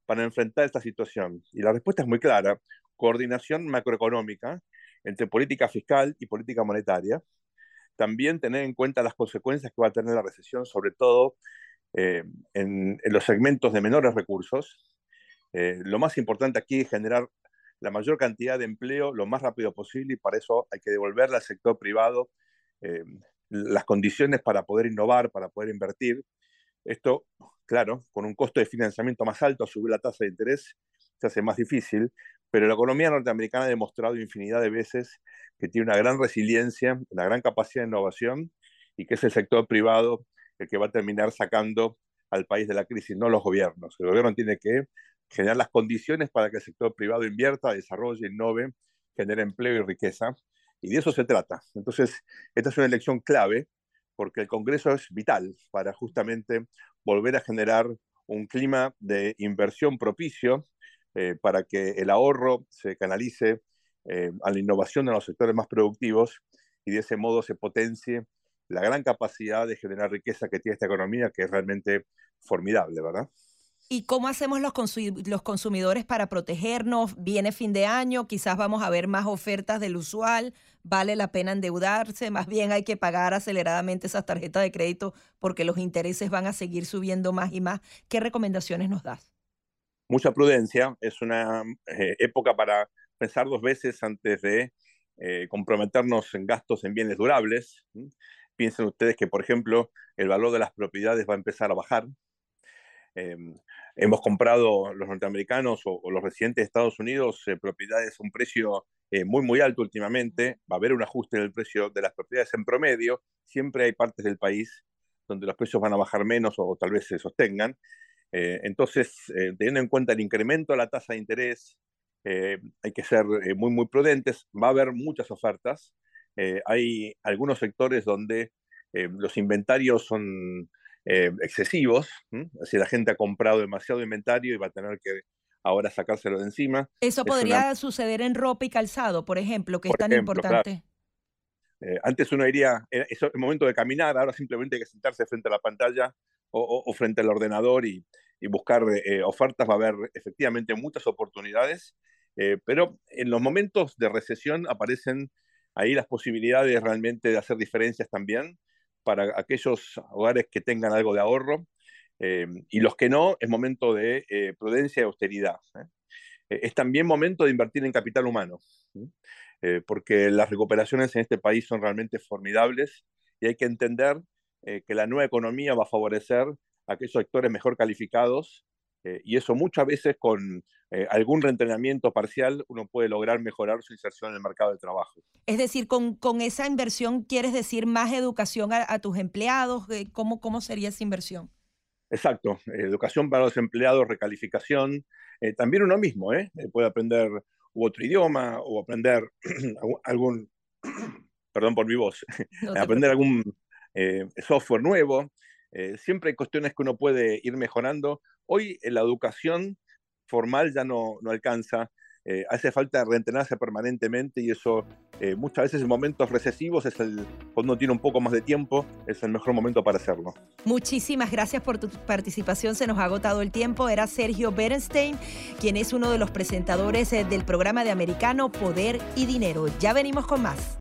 para enfrentar esta situación? Y la respuesta es muy clara: coordinación macroeconómica entre política fiscal y política monetaria. También tener en cuenta las consecuencias que va a tener la recesión, sobre todo eh, en, en los segmentos de menores recursos. Eh, lo más importante aquí es generar la mayor cantidad de empleo lo más rápido posible, y para eso hay que devolverle al sector privado eh, las condiciones para poder innovar, para poder invertir. Esto, claro, con un costo de financiamiento más alto, subir la tasa de interés se hace más difícil, pero la economía norteamericana ha demostrado infinidad de veces que tiene una gran resiliencia, una gran capacidad de innovación, y que es el sector privado el que va a terminar sacando al país de la crisis, no los gobiernos. El gobierno tiene que generar las condiciones para que el sector privado invierta, desarrolle, innove, genere empleo y riqueza, y de eso se trata. Entonces, esta es una elección clave, porque el Congreso es vital para justamente volver a generar un clima de inversión propicio eh, para que el ahorro se canalice eh, a la innovación en los sectores más productivos, y de ese modo se potencie la gran capacidad de generar riqueza que tiene esta economía, que es realmente formidable, ¿verdad? ¿Y cómo hacemos los, consu- los consumidores para protegernos? Viene fin de año, quizás vamos a ver más ofertas del usual, vale la pena endeudarse, más bien hay que pagar aceleradamente esas tarjetas de crédito porque los intereses van a seguir subiendo más y más. ¿Qué recomendaciones nos das? Mucha prudencia, es una eh, época para pensar dos veces antes de eh, comprometernos en gastos en bienes durables. ¿Mm? Piensen ustedes que, por ejemplo, el valor de las propiedades va a empezar a bajar. Eh, hemos comprado los norteamericanos o, o los residentes de Estados Unidos eh, propiedades a un precio eh, muy muy alto últimamente. Va a haber un ajuste en el precio de las propiedades en promedio. Siempre hay partes del país donde los precios van a bajar menos o, o tal vez se sostengan. Eh, entonces, eh, teniendo en cuenta el incremento de la tasa de interés, eh, hay que ser eh, muy muy prudentes. Va a haber muchas ofertas. Eh, hay algunos sectores donde eh, los inventarios son Eh, excesivos, ¿m? Es decir, la gente ha comprado demasiado inventario y va a tener que ahora sacárselo de encima. Eso Es podría una... suceder en ropa y calzado, por ejemplo, que por es tan ejemplo, importante. Claro. Eh, antes uno iría, eh, es el momento de caminar, ahora simplemente hay que sentarse frente a la pantalla o, o, o frente al ordenador y, y buscar eh, ofertas. Va a haber efectivamente muchas oportunidades, eh, pero en los momentos de recesión aparecen ahí las posibilidades realmente de hacer diferencias también para aquellos hogares que tengan algo de ahorro, eh, y los que no, es momento de eh, prudencia y austeridad. ¿eh? Eh, es también momento de invertir en capital humano, eh, porque las recuperaciones en este país son realmente formidables, y hay que entender eh, que la nueva economía va a favorecer a aquellos sectores mejor calificados, eh, y eso muchas veces con eh, algún reentrenamiento parcial uno puede lograr mejorar su inserción en el mercado de trabajo. Es decir, con, con esa inversión, ¿quieres decir más educación a, a tus empleados? ¿Cómo, ¿Cómo sería esa inversión? Exacto, eh, educación para los empleados, recalificación, eh, también uno mismo, ¿eh? Eh, puede aprender otro idioma o aprender algún, perdón por mi voz, no aprender algún eh, software nuevo. Eh, siempre hay cuestiones que uno puede ir mejorando. Hoy eh, la educación formal ya no, no alcanza. Eh, hace falta reentrenarse permanentemente, y eso eh, muchas veces en momentos recesivos es el, cuando uno tiene un poco más de tiempo, es el mejor momento para hacerlo. Muchísimas gracias por tu participación, se nos ha agotado el tiempo. Era Sergio Berenstein, quien es uno de los presentadores eh, del programa de Americano Poder y Dinero. Ya venimos con más.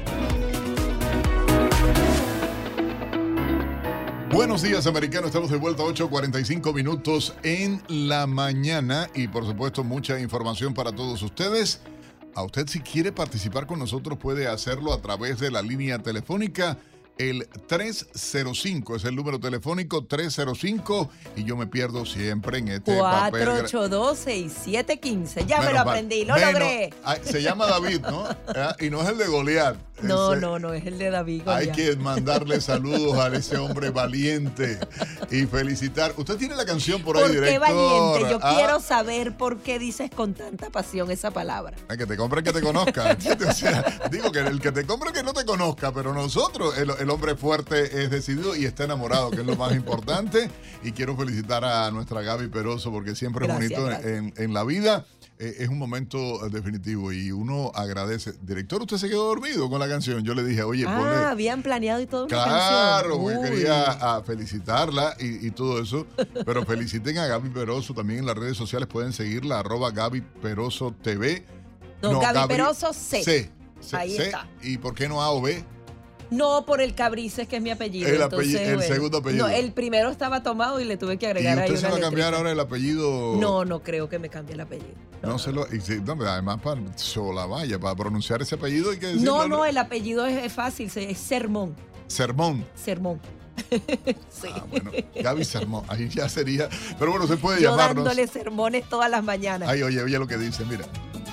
Buenos días, americanos. Estamos de vuelta a ocho cuarenta y cinco minutos en la mañana, y por supuesto mucha información para todos ustedes. A usted, si quiere participar con nosotros, puede hacerlo a través de la línea telefónica. El tres cero cinco es el número telefónico, tres cero cinco, y yo me pierdo siempre en este papel. cuatro ocho dos, seis siete uno cinco. Ya Menos me lo mal. aprendí, lo Menos- logré. Ay, se llama David, ¿no? Ah, y no es el de Goliat. No, Ese- no, no, es el de David Hay Goliat. que mandarle saludos a ese hombre valiente y felicitar. Usted tiene la canción por ahí, ¿Por qué director. valiente? Yo Ah, quiero saber por qué dices con tanta pasión esa palabra. ay, que te compre el que te conozca. ¿Entiendes? O sea, digo que el que te compre que no te conozca, pero nosotros, el, el hombre fuerte es decidido y está enamorado, que es lo más importante. Y quiero felicitar a nuestra Gaby Peroso, porque siempre Gracias, es bonito gracias. en, en la vida eh, es un momento eh, definitivo y uno agradece. Director, usted se quedó dormido con la canción. Yo le dije, oye, ah, ponle... habían planeado y todo una Claro, canción. porque Uy. quería a, felicitarla y, y todo eso. Pero feliciten a Gaby Peroso también en las redes sociales. Pueden seguirla, arroba Gaby Peroso T V. No, Gaby Peroso C. C. C. Ahí C. está. ¿Y por qué no A o B? No, por el Cabrices, que es mi apellido. El, entonces, apellido, el bueno. segundo apellido. No, el primero estaba tomado y le tuve que ¿Y agregar ahí usted una se va a cambiar letrita. ahora el apellido? No, no creo que me cambie el apellido. No, no se lo... Y sí, no, además, para sola vaya, para pronunciar ese apellido hay que decirlo. No, no, el apellido es, es fácil, es Sermón. Sermón. Sermón. Sí. Ah, bueno, Gaby Sermón, ahí ya sería. Pero bueno, se puede Yo llamarnos. dándole sermones todas las mañanas. Ay, oye, oye lo que dice, mira.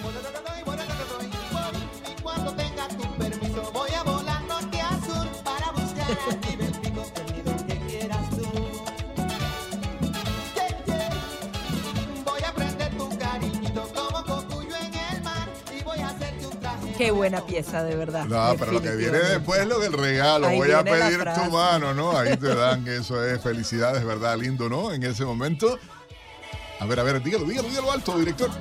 Cuando tenga tu permiso voy a volar norte a sur para buscar al nivel pico perdido que quieras tú. Yeah, yeah. Voy a prender tu cariñito como cocuyo en el mar y voy a hacerte un traje. Qué buena pieza, de verdad. No, pero lo que viene después es lo del regalo. Ahí Voy a viene la pedir frase. tu mano, ¿no? Ahí te dan, que eso es felicidades, ¿verdad? Lindo, ¿no? En ese momento. A ver, a ver, dígalo, dígalo, dígalo alto, director.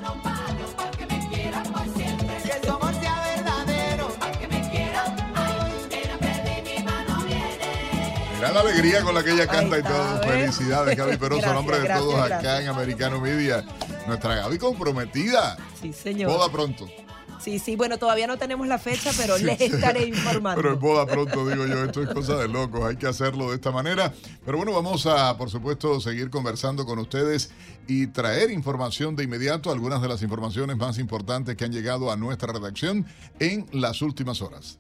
Que tu amor sea verdadero, que me quiera. Ay, mira, perdí mi mano, viene. Mira la alegría con la que ella canta y está, todo. ¿ves? Felicidades, Gaby Peroso, Gracias, nombre de gracias, todos gracias. acá en Americano Media. Nuestra Gaby comprometida. Sí, señor. Boda pronto. Sí, sí, bueno, todavía no tenemos la fecha, pero Sí, les sí. estaré informando. Pero en boda pronto, digo yo, esto es cosa de locos, hay que hacerlo de esta manera. Pero bueno, vamos a, por supuesto, seguir conversando con ustedes y traer información de inmediato, algunas de las informaciones más importantes que han llegado a nuestra redacción en las últimas horas.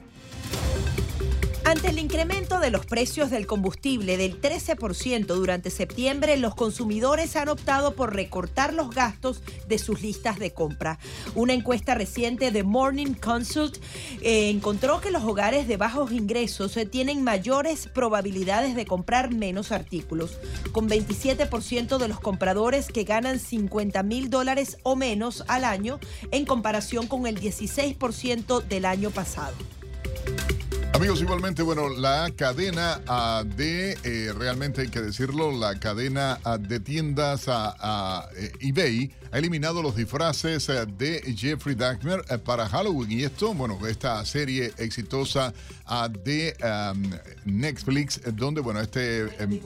Ante el incremento de los precios del combustible del trece por ciento durante septiembre, los consumidores han optado por recortar los gastos de sus listas de compra. Una encuesta reciente de Morning Consult eh, encontró que los hogares de bajos ingresos eh, tienen mayores probabilidades de comprar menos artículos, con veintisiete por ciento de los compradores que ganan cincuenta mil dólares o menos al año, en comparación con el dieciséis por ciento del año pasado. Amigos, igualmente, bueno, la cadena uh, de, eh, realmente hay que decirlo, la cadena uh, de tiendas a uh, uh, eBay ha eliminado los disfraces uh, de Jeffrey Dahmer uh, para Halloween. Y esto, bueno, esta serie exitosa uh, de um, Netflix, donde, bueno, este... Um,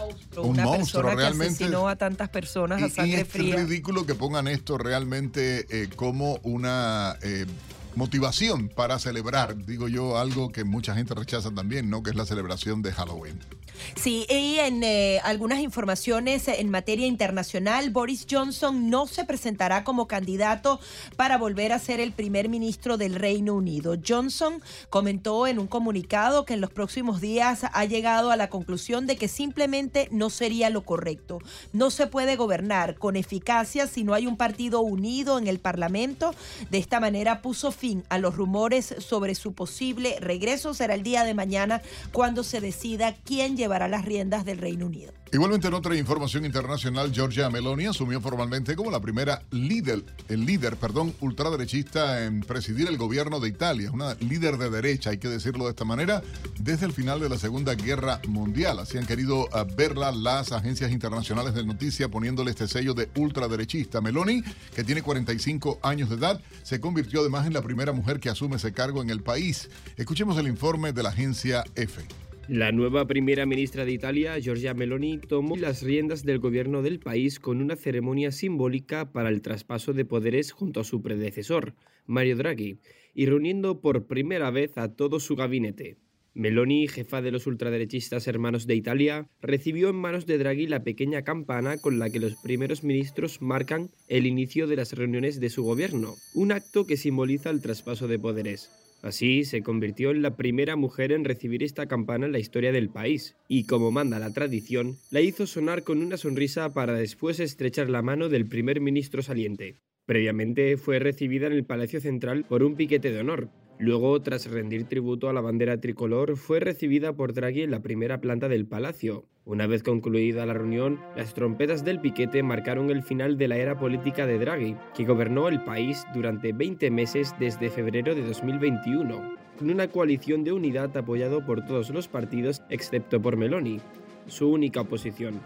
un Una monstruo persona realmente. que asesinó a tantas personas a Y, sangre y es fría. ridículo que pongan esto realmente eh, como una... Eh, motivación para celebrar, digo yo, algo que mucha gente rechaza también, ¿no? Que es la celebración de Halloween. Sí, y en eh, algunas informaciones en materia internacional, Boris Johnson no se presentará como candidato para volver a ser el primer ministro del Reino Unido. Johnson comentó en un comunicado que en los próximos días ha llegado a la conclusión de que simplemente no sería lo correcto. No se puede gobernar con eficacia si no hay un partido unido en el Parlamento. De esta manera puso fin a los rumores sobre su posible regreso. Será el día de mañana cuando se decida quién llevará las riendas del Reino Unido. Igualmente, en otra información internacional, Giorgia Meloni asumió formalmente como la primera líder, el líder, perdón, ultraderechista en presidir el gobierno de Italia. Una líder de derecha, hay que decirlo de esta manera, desde el final de la Segunda Guerra Mundial. Así han querido uh, verla las agencias internacionales de noticias poniéndole este sello de ultraderechista. Meloni, que tiene cuarenta y cinco años de edad, se convirtió además en la primera mujer que asume ese cargo en el país. Escuchemos el informe de la agencia EFE. La nueva primera ministra de Italia, Giorgia Meloni, tomó las riendas del gobierno del país con una ceremonia simbólica para el traspaso de poderes junto a su predecesor, Mario Draghi, y reuniendo por primera vez a todo su gabinete. Meloni, jefa de los ultraderechistas Hermanos de Italia, recibió en manos de Draghi la pequeña campana con la que los primeros ministros marcan el inicio de las reuniones de su gobierno, un acto que simboliza el traspaso de poderes. Así, se convirtió en la primera mujer en recibir esta campana en la historia del país, y como manda la tradición, la hizo sonar con una sonrisa para después estrechar la mano del primer ministro saliente. Previamente fue recibida en el Palacio Central por un piquete de honor. Luego, tras rendir tributo a la bandera tricolor, fue recibida por Draghi en la primera planta del palacio. Una vez concluida la reunión, las trompetas del piquete marcaron el final de la era política de Draghi, que gobernó el país durante veinte meses desde febrero de dos mil veintiuno, con una coalición de unidad apoyado por todos los partidos excepto por Meloni, su única oposición.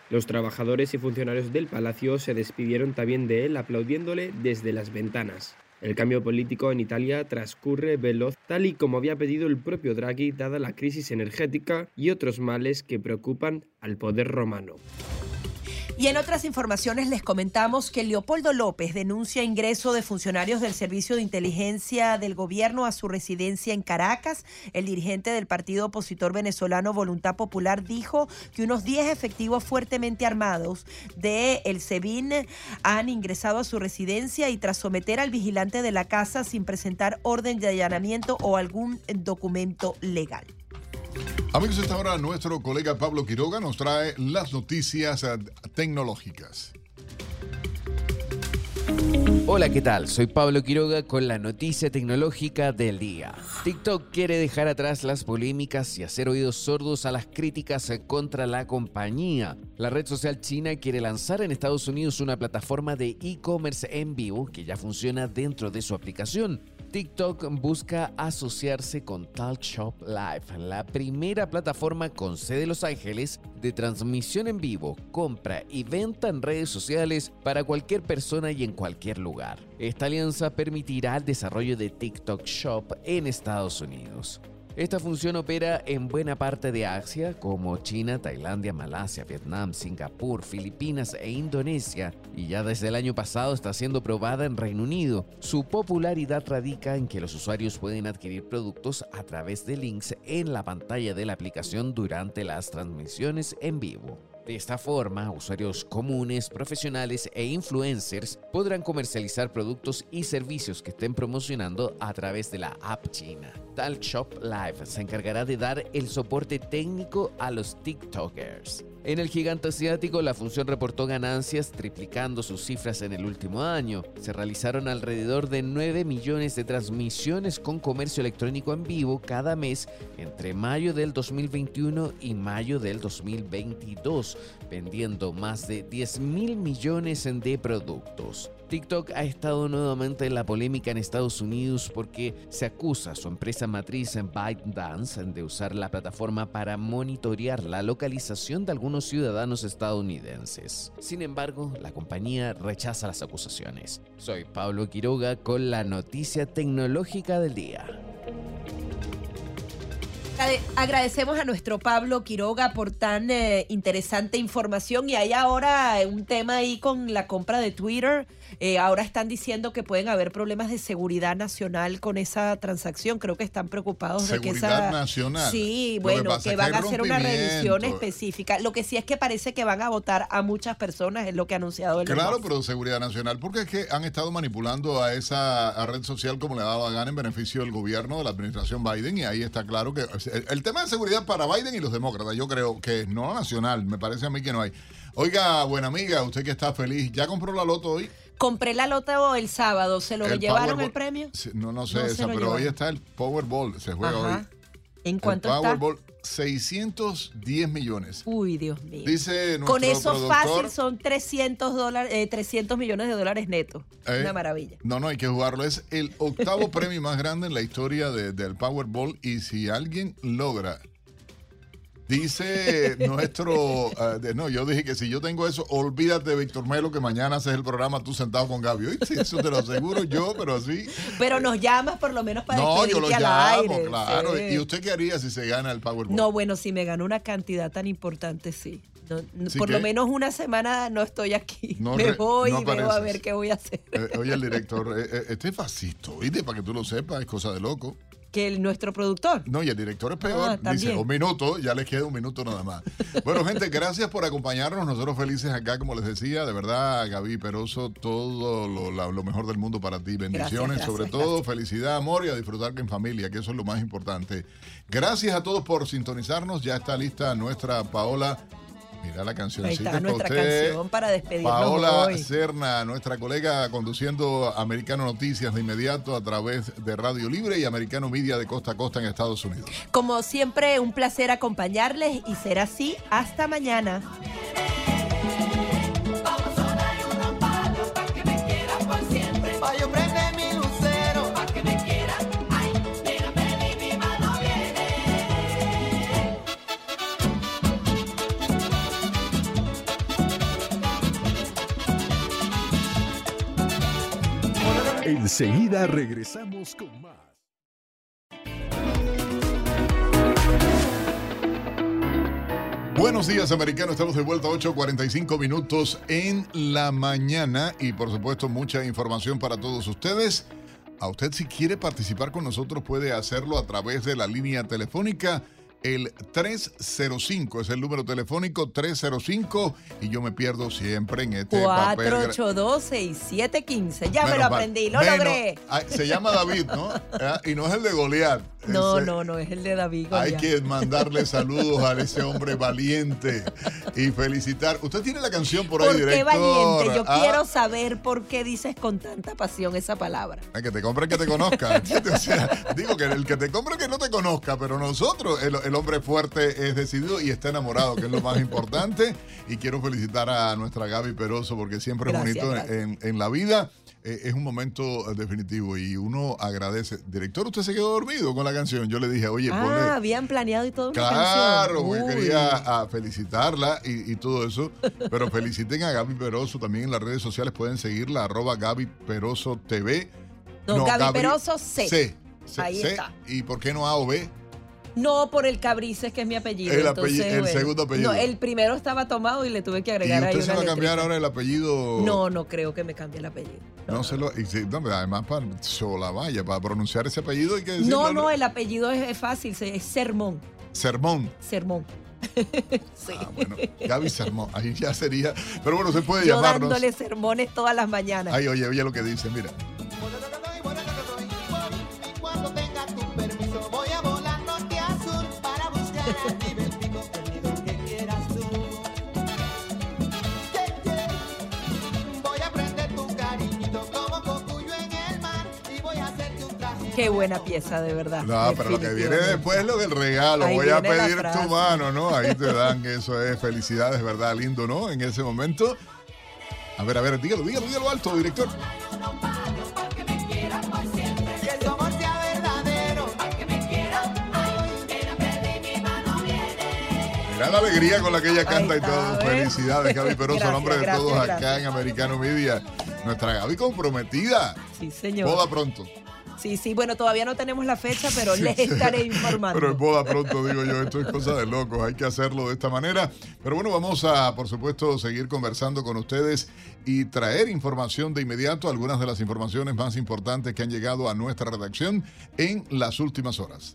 Los trabajadores y funcionarios del palacio se despidieron también de él aplaudiéndole desde las ventanas. El cambio político en Italia transcurre veloz, tal y como había pedido el propio Draghi, dada la crisis energética y otros males que preocupan al poder romano. Y en otras informaciones les comentamos que Leopoldo López denuncia ingreso de funcionarios del Servicio de Inteligencia del Gobierno a su residencia en Caracas. El dirigente del partido opositor venezolano Voluntad Popular dijo que unos diez efectivos fuertemente armados del SEBIN han ingresado a su residencia y tras someter al vigilante de la casa sin presentar orden de allanamiento o algún documento legal. Amigos, esta hora nuestro colega Pablo Quiroga nos trae las noticias eh, tecnológicas. Hola, ¿qué tal? Soy Pablo Quiroga con la noticia tecnológica del día. TikTok quiere dejar atrás las polémicas y hacer oídos sordos a las críticas contra la compañía. La red social china quiere lanzar en Estados Unidos una plataforma de e-commerce en vivo que ya funciona dentro de su aplicación. TikTok busca asociarse con TalkShop Live, la primera plataforma con sede en Los Ángeles de transmisión en vivo, compra y venta en redes sociales para cualquier persona y en cualquier lugar. Esta alianza permitirá el desarrollo de TikTok Shop en Estados Unidos. Esta función opera en buena parte de Asia, como China, Tailandia, Malasia, Vietnam, Singapur, Filipinas e Indonesia, y ya desde el año pasado está siendo probada en Reino Unido. Su popularidad radica en que los usuarios pueden adquirir productos a través de links en la pantalla de la aplicación durante las transmisiones en vivo. De esta forma, usuarios comunes, profesionales e influencers podrán comercializar productos y servicios que estén promocionando a través de la app china. TalkShop Live se encargará de dar el soporte técnico a los TikTokers. En el gigante asiático, la función reportó ganancias triplicando sus cifras en el último año. Se realizaron alrededor de nueve millones de transmisiones con comercio electrónico en vivo cada mes entre mayo del dos mil veintiuno y mayo del dos mil veintidós, vendiendo más de diez mil millones de productos. TikTok ha estado nuevamente en la polémica en Estados Unidos porque se acusa a su empresa matriz en ByteDance de usar la plataforma para monitorear la localización de algunos ciudadanos estadounidenses. Sin embargo, la compañía rechaza las acusaciones. Soy Pablo Quiroga con la noticia tecnológica del día. Agradecemos a nuestro Pablo Quiroga por tan eh, interesante información y hay ahora un tema ahí con la compra de Twitter. Eh, ahora están diciendo que pueden haber problemas de seguridad nacional con esa transacción. Creo que están preocupados de que esa... Seguridad nacional. Sí, bueno, que, que van a hacer una revisión específica. Lo que sí es que parece que van a votar a muchas personas, es lo que ha anunciado el Claro, Musk. pero seguridad nacional, porque es que han estado manipulando a esa red social como le daba gana en beneficio del gobierno de la administración Biden y ahí está claro que el, el tema de seguridad para Biden y los demócratas, yo creo que no nacional, me parece a mí que no hay. Oiga, buena amiga, usted que está feliz, ¿ya compró la loto hoy? Compré la loto el sábado, ¿se lo El llevaron Powerball- el premio? Sí, No, no sé No se esa, lo pero llevaron. hoy está el Powerball, se juega Ajá. hoy. ¿En cuánto el está? Powerball, seiscientos diez millones. Uy, Dios mío. Dice nuestro Con eso productor, fácil son trescientos, dólares, eh, trescientos millones de dólares netos. Eh, Una maravilla. No, no, hay que jugarlo. Es el octavo premio más grande en la historia de- del Powerball y si alguien logra... Dice nuestro... uh, de, no, yo dije que si yo tengo eso, olvídate de Víctor Melo, que mañana haces el programa tú sentado con Gaby. Oye, sí, eso te lo aseguro yo, pero así... Pero nos llamas por lo menos para No, yo lo despedirte al llamo, aire. claro. Sí. ¿Y usted qué haría si se gana el Powerball? No, bueno, si me gano una cantidad tan importante, sí. No, no, ¿Sí por qué? lo menos una semana no estoy aquí. No me re- voy no y veo a apareces. ver qué voy a hacer. Eh, oye, el director, eh, eh, este es fascista, ¿oíste? Para que tú lo sepas, es cosa de loco. Que el, nuestro productor. No, y el director es peor. Ah, Dice, también. un minuto, ya les queda un minuto nada más. Bueno, gente, gracias por acompañarnos. Nosotros felices acá, como les decía. De verdad, Gaby Peroso, todo lo, la- lo mejor del mundo para ti. Bendiciones, Gracias, gracias, sobre todo, felicidad, amor y a disfrutar en familia, que eso es lo más importante. Gracias a todos por sintonizarnos. Ya está lista nuestra Paola. Mira la Ahí cancioncita está para nuestra usted. canción para despedirnos Paola hoy. Serna, nuestra colega conduciendo Americano Noticias de inmediato a través de Radio Libre y Americano Media de costa a costa en Estados Unidos. Como siempre, un placer acompañarles y será así hasta mañana. Pa' yo prender mi lucero, pa' que me quiera. Ay, mira, ven y mi mano viene. Enseguida regresamos con más. Buenos días, americano. Estamos de vuelta a ocho cuarenta y cinco minutos en la mañana y, por supuesto, mucha información para todos ustedes. A usted, si quiere participar con nosotros, puede hacerlo a través de la línea telefónica. El tres cero cinco es el número telefónico, tres cero cinco, y yo me pierdo siempre en este papel. cuatro ocho dos, seis siete uno cinco. Ya Menos me lo mal. aprendí, lo Menos- logré. Ay, se llama David, ¿no? Ah, y no es el de Goliat. No, Ese- no, no, es el de David Hay Goliat. que mandarle saludos a ese hombre valiente y felicitar. Usted tiene la canción por ahí, ¿Por qué director. valiente? Yo Ah, quiero saber por qué dices con tanta pasión esa palabra. ay, que te compre el que te conozca. ¿Entiendes? O sea, digo que el que te compre que no te conozca, pero nosotros, el, el hombre fuerte es decidido y está enamorado, que es lo más importante. Y quiero felicitar a nuestra Gaby Peroso porque siempre Gracias, es bonito gracias. en, en la vida. Eh, es un momento eh, definitivo y uno agradece. Director, usted se quedó dormido con la canción. Yo le dije, oye, ponle. Ah, habían planeado y todo una Claro, canción. porque Uy. quería ah, felicitarla y, y todo eso. Pero feliciten a Gaby Peroso también en las redes sociales. Pueden seguirla, arroba Gaby Peroso T V. No, Gaby Peroso C. C. C, Ahí C. está. ¿Y por qué no A o B? No, por el Cabrices, que es mi apellido. El entonces, apellido- el bueno. segundo apellido. No, el primero estaba tomado y le tuve que ¿Y agregar ahí usted se una va a cambiar letrita. ahora el apellido? No, no creo que me cambie el apellido. No, se lo. Y sí, no, pero además, para vaya, para pronunciar ese apellido hay que decirlo. No, no, el apellido es, es fácil, se- es Sermón. Sermón. Sermón. Sí. Ah, bueno, Gaby Sermón. Ahí ya sería. Pero bueno, se puede Yo llamarnos. dándole sermones todas las mañanas. Ay, oye, oye lo que dice, mira. Cuando tenga tu permiso voy a volar norte a sur para buscar el nivel pico perdido que quieras tú. Yeah, yeah. Voy a prender tu cariñito como cocuyo en el mar y voy a hacerte un traje. Qué buena pieza, de verdad. No, pero lo que viene después es lo del regalo. Ahí Voy a viene la pedir frase. tu mano, ¿no? Ahí te dan, que eso es felicidades, ¿verdad? Lindo, ¿no? En ese momento. A ver, a ver, dígalo, dígalo, dígalo alto, director. Que tu amor sea verdadero. Que me quiera, ay, mira, perdí mi mano viene. Mira la alegría con la que ella canta y está, todo. ¿ves? Felicidades, Gaby Peroso, Gracias, nombre de gracias, todos gracias. acá en Americano Media. Nuestra Gaby comprometida. Sí, señor. Boda pronto. Sí, sí, bueno, todavía no tenemos la fecha, pero Sí, les sí. estaré informando. Pero en boda pronto, digo yo, esto es cosa de locos, hay que hacerlo de esta manera. Pero bueno, vamos a, por supuesto, seguir conversando con ustedes y traer información de inmediato, algunas de las informaciones más importantes que han llegado a nuestra redacción en las últimas horas.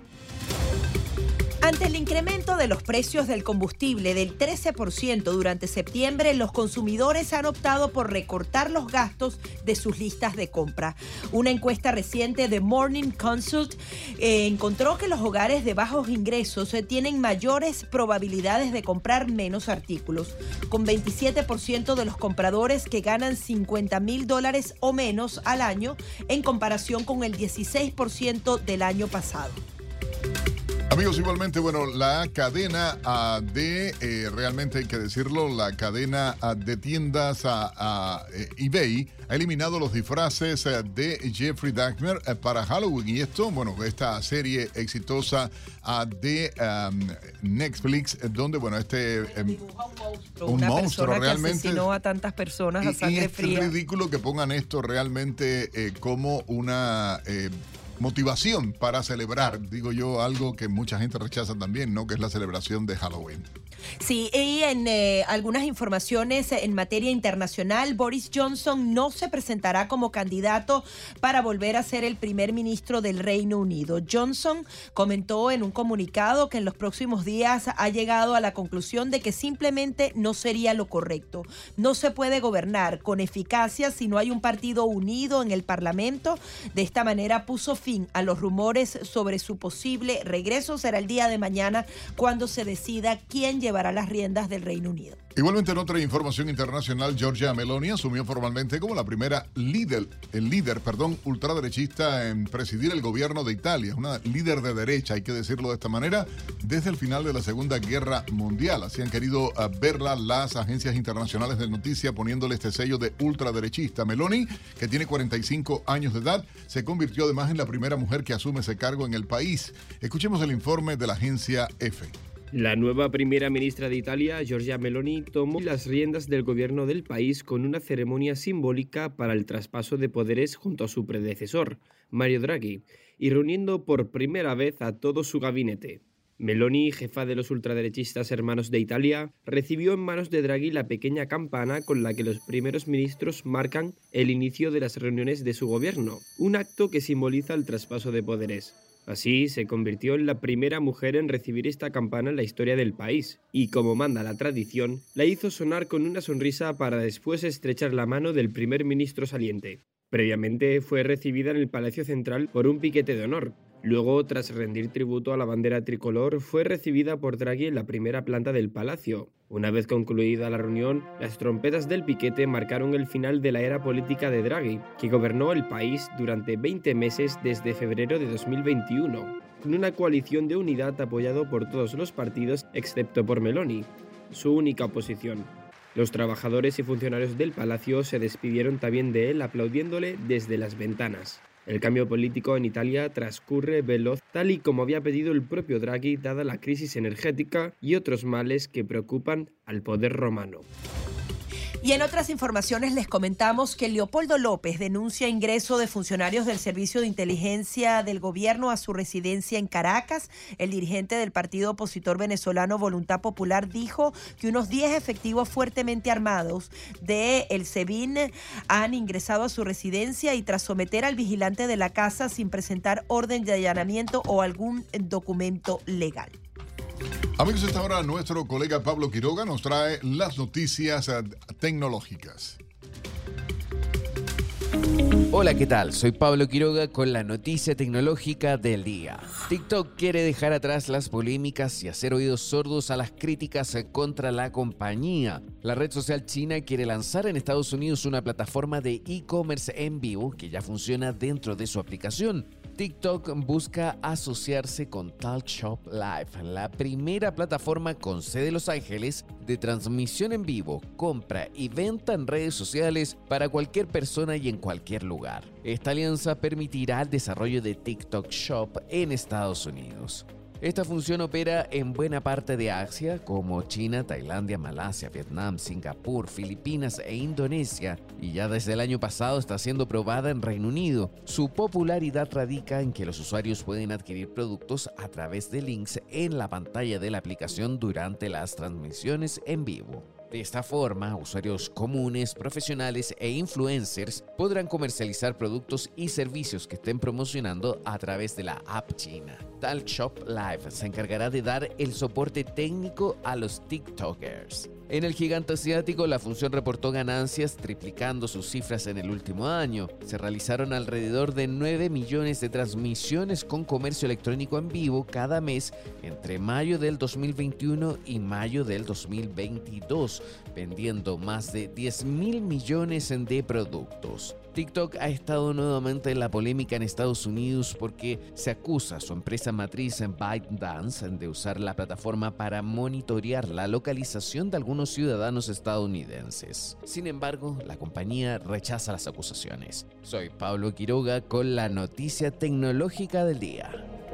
Ante el incremento de los precios del combustible del trece por ciento durante septiembre, los consumidores han optado por recortar los gastos de sus listas de compra. Una encuesta reciente de Morning Consult eh, encontró que los hogares de bajos ingresos eh, tienen mayores probabilidades de comprar menos artículos, con veintisiete por ciento de los compradores que ganan cincuenta mil dólares o menos al año, en comparación con el dieciséis por ciento del año pasado. Amigos, igualmente, bueno, la cadena ah, de, eh, realmente hay que decirlo, la cadena ah, de tiendas a, a, eh, eBay ha eliminado los disfraces eh, de Jeffrey Dahmer eh, para Halloween. Y esto, bueno, esta serie exitosa ah, de um, Netflix, eh, donde, bueno, este... eh, un Una monstruo persona que realmente. asesinó a tantas personas a Y, y sangre es fría. ridículo que pongan esto realmente eh, como una eh, motivación para celebrar, digo yo, algo que mucha gente rechaza también, ¿no? Que es la celebración de Halloween. Sí, y en eh, algunas informaciones en materia internacional, Boris Johnson no se presentará como candidato para volver a ser el primer ministro del Reino Unido. Johnson comentó en un comunicado que en los próximos días ha llegado a la conclusión de que simplemente no sería lo correcto. No se puede gobernar con eficacia si no hay un partido unido en el Parlamento. De esta manera puso fin a los rumores sobre su posible regreso. Será el día de mañana cuando se decida quién llevará las riendas del Reino Unido. Igualmente, en otra información internacional, Giorgia Meloni asumió formalmente como la primera líder, el líder, perdón, ultraderechista en presidir el gobierno de Italia. Una líder de derecha, hay que decirlo de esta manera, desde el final de la Segunda Guerra Mundial. Así han querido uh, verla las agencias internacionales de noticias poniéndole este sello de ultraderechista. Meloni, que tiene cuarenta y cinco años de edad, se convirtió además en la primera mujer que asume ese cargo en el país. Escuchemos el informe de la agencia EFE. La nueva primera ministra de Italia, Giorgia Meloni, tomó las riendas del gobierno del país con una ceremonia simbólica para el traspaso de poderes junto a su predecesor, Mario Draghi, y reuniendo por primera vez a todo su gabinete. Meloni, jefa de los ultraderechistas Hermanos de Italia, recibió en manos de Draghi la pequeña campana con la que los primeros ministros marcan el inicio de las reuniones de su gobierno, un acto que simboliza el traspaso de poderes. Así, se convirtió en la primera mujer en recibir esta campana en la historia del país, y como manda la tradición, la hizo sonar con una sonrisa para después estrechar la mano del primer ministro saliente. Previamente fue recibida en el Palacio Central por un piquete de honor. Luego, tras rendir tributo a la bandera tricolor, fue recibida por Draghi en la primera planta del palacio. Una vez concluida la reunión, las trompetas del piquete marcaron el final de la era política de Draghi, que gobernó el país durante veinte meses desde febrero de dos mil veintiuno, con una coalición de unidad apoyado por todos los partidos excepto por Meloni, su única oposición. Los trabajadores y funcionarios del palacio se despidieron también de él aplaudiéndole desde las ventanas. El cambio político en Italia transcurre veloz, tal y como había pedido el propio Draghi, dada la crisis energética y otros males que preocupan al poder romano. Y en otras informaciones les comentamos que Leopoldo López denuncia ingreso de funcionarios del Servicio de Inteligencia del Gobierno a su residencia en Caracas. El dirigente del partido opositor venezolano Voluntad Popular dijo que unos diez efectivos fuertemente armados del SEBIN han ingresado a su residencia y tras someter al vigilante de la casa sin presentar orden de allanamiento o algún documento legal. Amigos, esta hora nuestro colega Pablo Quiroga nos trae las noticias eh, tecnológicas. Hola, ¿qué tal? Soy Pablo Quiroga con la noticia tecnológica del día. TikTok quiere dejar atrás las polémicas y hacer oídos sordos a las críticas contra la compañía. La red social china quiere lanzar en Estados Unidos una plataforma de e-commerce en vivo que ya funciona dentro de su aplicación. TikTok busca asociarse con TalkShop Live, la primera plataforma con sede en Los Ángeles de transmisión en vivo, compra y venta en redes sociales para cualquier persona y en cualquier lugar. Esta alianza permitirá el desarrollo de TikTok Shop en Estados Unidos. Esta función opera en buena parte de Asia, como China, Tailandia, Malasia, Vietnam, Singapur, Filipinas e Indonesia, y ya desde el año pasado está siendo probada en Reino Unido. Su popularidad radica en que los usuarios pueden adquirir productos a través de links en la pantalla de la aplicación durante las transmisiones en vivo. De esta forma, usuarios comunes, profesionales e influencers podrán comercializar productos y servicios que estén promocionando a través de la app china. TalkShop Live se encargará de dar el soporte técnico a los TikTokers. En el gigante asiático, la función reportó ganancias triplicando sus cifras en el último año. Se realizaron alrededor de nueve millones de transmisiones con comercio electrónico en vivo cada mes entre mayo del dos mil veintiuno y mayo del dos mil veintidós, vendiendo más de diez mil millones de productos. TikTok ha estado nuevamente en la polémica en Estados Unidos porque se acusa a su empresa matriz en ByteDance de usar la plataforma para monitorear la localización de algunos ciudadanos estadounidenses. Sin embargo, la compañía rechaza las acusaciones. Soy Pablo Quiroga con la noticia tecnológica del día.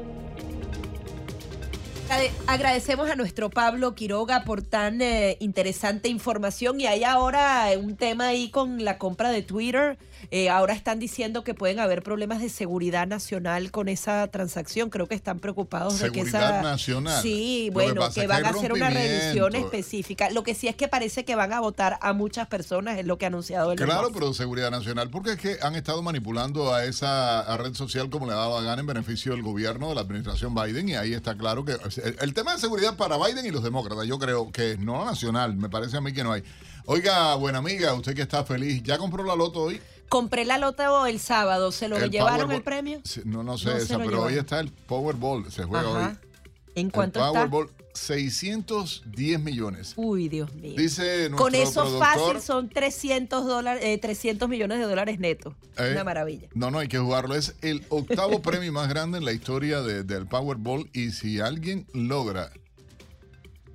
Agradecemos a nuestro Pablo Quiroga por tan eh, interesante información y hay ahora un tema ahí con la compra de Twitter. Eh, ahora están diciendo que pueden haber problemas de seguridad nacional con esa transacción. Creo que están preocupados de que esa... Seguridad nacional. Sí, bueno, que, que van a hacer una revisión específica. Lo que sí es que parece que van a votar a muchas personas, es lo que ha anunciado el Claro, Musk. pero seguridad nacional, porque es que han estado manipulando a esa red social como le daba gana en beneficio del gobierno de la administración Biden y ahí está claro que el, el tema de seguridad para Biden y los demócratas, yo creo que no nacional, me parece a mí que no hay. Oiga, buena amiga, usted que está feliz, ¿ya compró la loto hoy? Compré la loto el sábado, ¿se lo El llevaron Powerball- el premio? Sí, No, no sé No se esa, lo pero hoy llevaron. está el Powerball, se juega Ajá. hoy. ¿En cuánto el está? Powerball, seiscientos diez millones. Uy, Dios mío. Dice nuestro Con eso productor, fácil son trescientos, dólares, eh, trescientos millones de dólares netos. Eh, Una maravilla. No, no, hay que jugarlo. Es el octavo premio más grande en la historia de- del Powerball y si alguien logra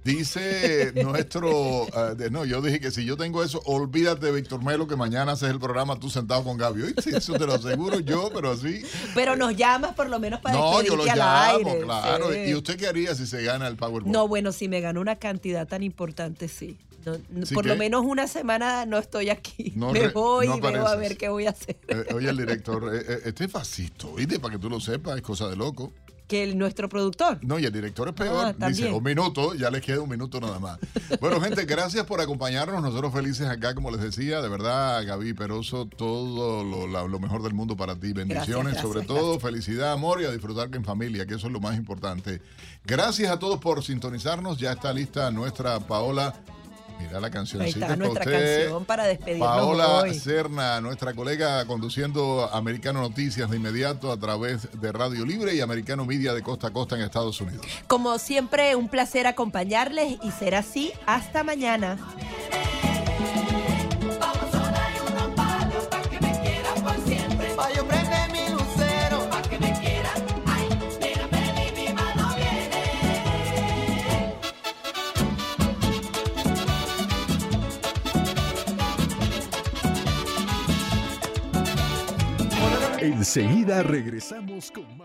Dice nuestro, uh, de, no, yo dije que si yo tengo eso, olvídate de Víctor Melo, que mañana haces el programa tú sentado con Gaby. Oye, sí, eso te lo aseguro yo, pero así. Pero nos llamas por lo menos para No, yo lo despedirte llamo, al aire. claro. Sí. ¿Y usted qué haría si se gana el Powerball? No, bueno, si me gano una cantidad tan importante, sí. No, no, ¿Sí por qué? lo menos una semana no estoy aquí. No me re- voy no y veo a apareces. ver qué voy a hacer. Eh, oye, el director, eh, eh, este es fascista, ¿oíste? Para que tú lo sepas, es cosa de loco. Que el, nuestro productor. No, y el director es peor. Ah, Dice, también. un minuto, ya les queda un minuto nada más. Bueno, gente, gracias por acompañarnos. Nosotros felices acá, como les decía. De verdad, Gaby Peroso, todo lo, la- lo mejor del mundo para ti. Bendiciones, Gracias, gracias, sobre todo, felicidad, amor y a disfrutar en familia, que eso es lo más importante. Gracias a todos por sintonizarnos. Ya está lista nuestra Paola. Mira la Ahí cancioncita está para nuestra usted. canción para despedirnos Paola hoy. Serna, nuestra colega, conduciendo Americano Noticias de inmediato a través de Radio Libre y Americano Media de costa a costa en Estados Unidos. Como siempre, un placer acompañarles y será así hasta mañana. Pa' yo prender mi lucero, pa' que me quiera. Ay, mira, ven y mi mano viene. Enseguida regresamos con más.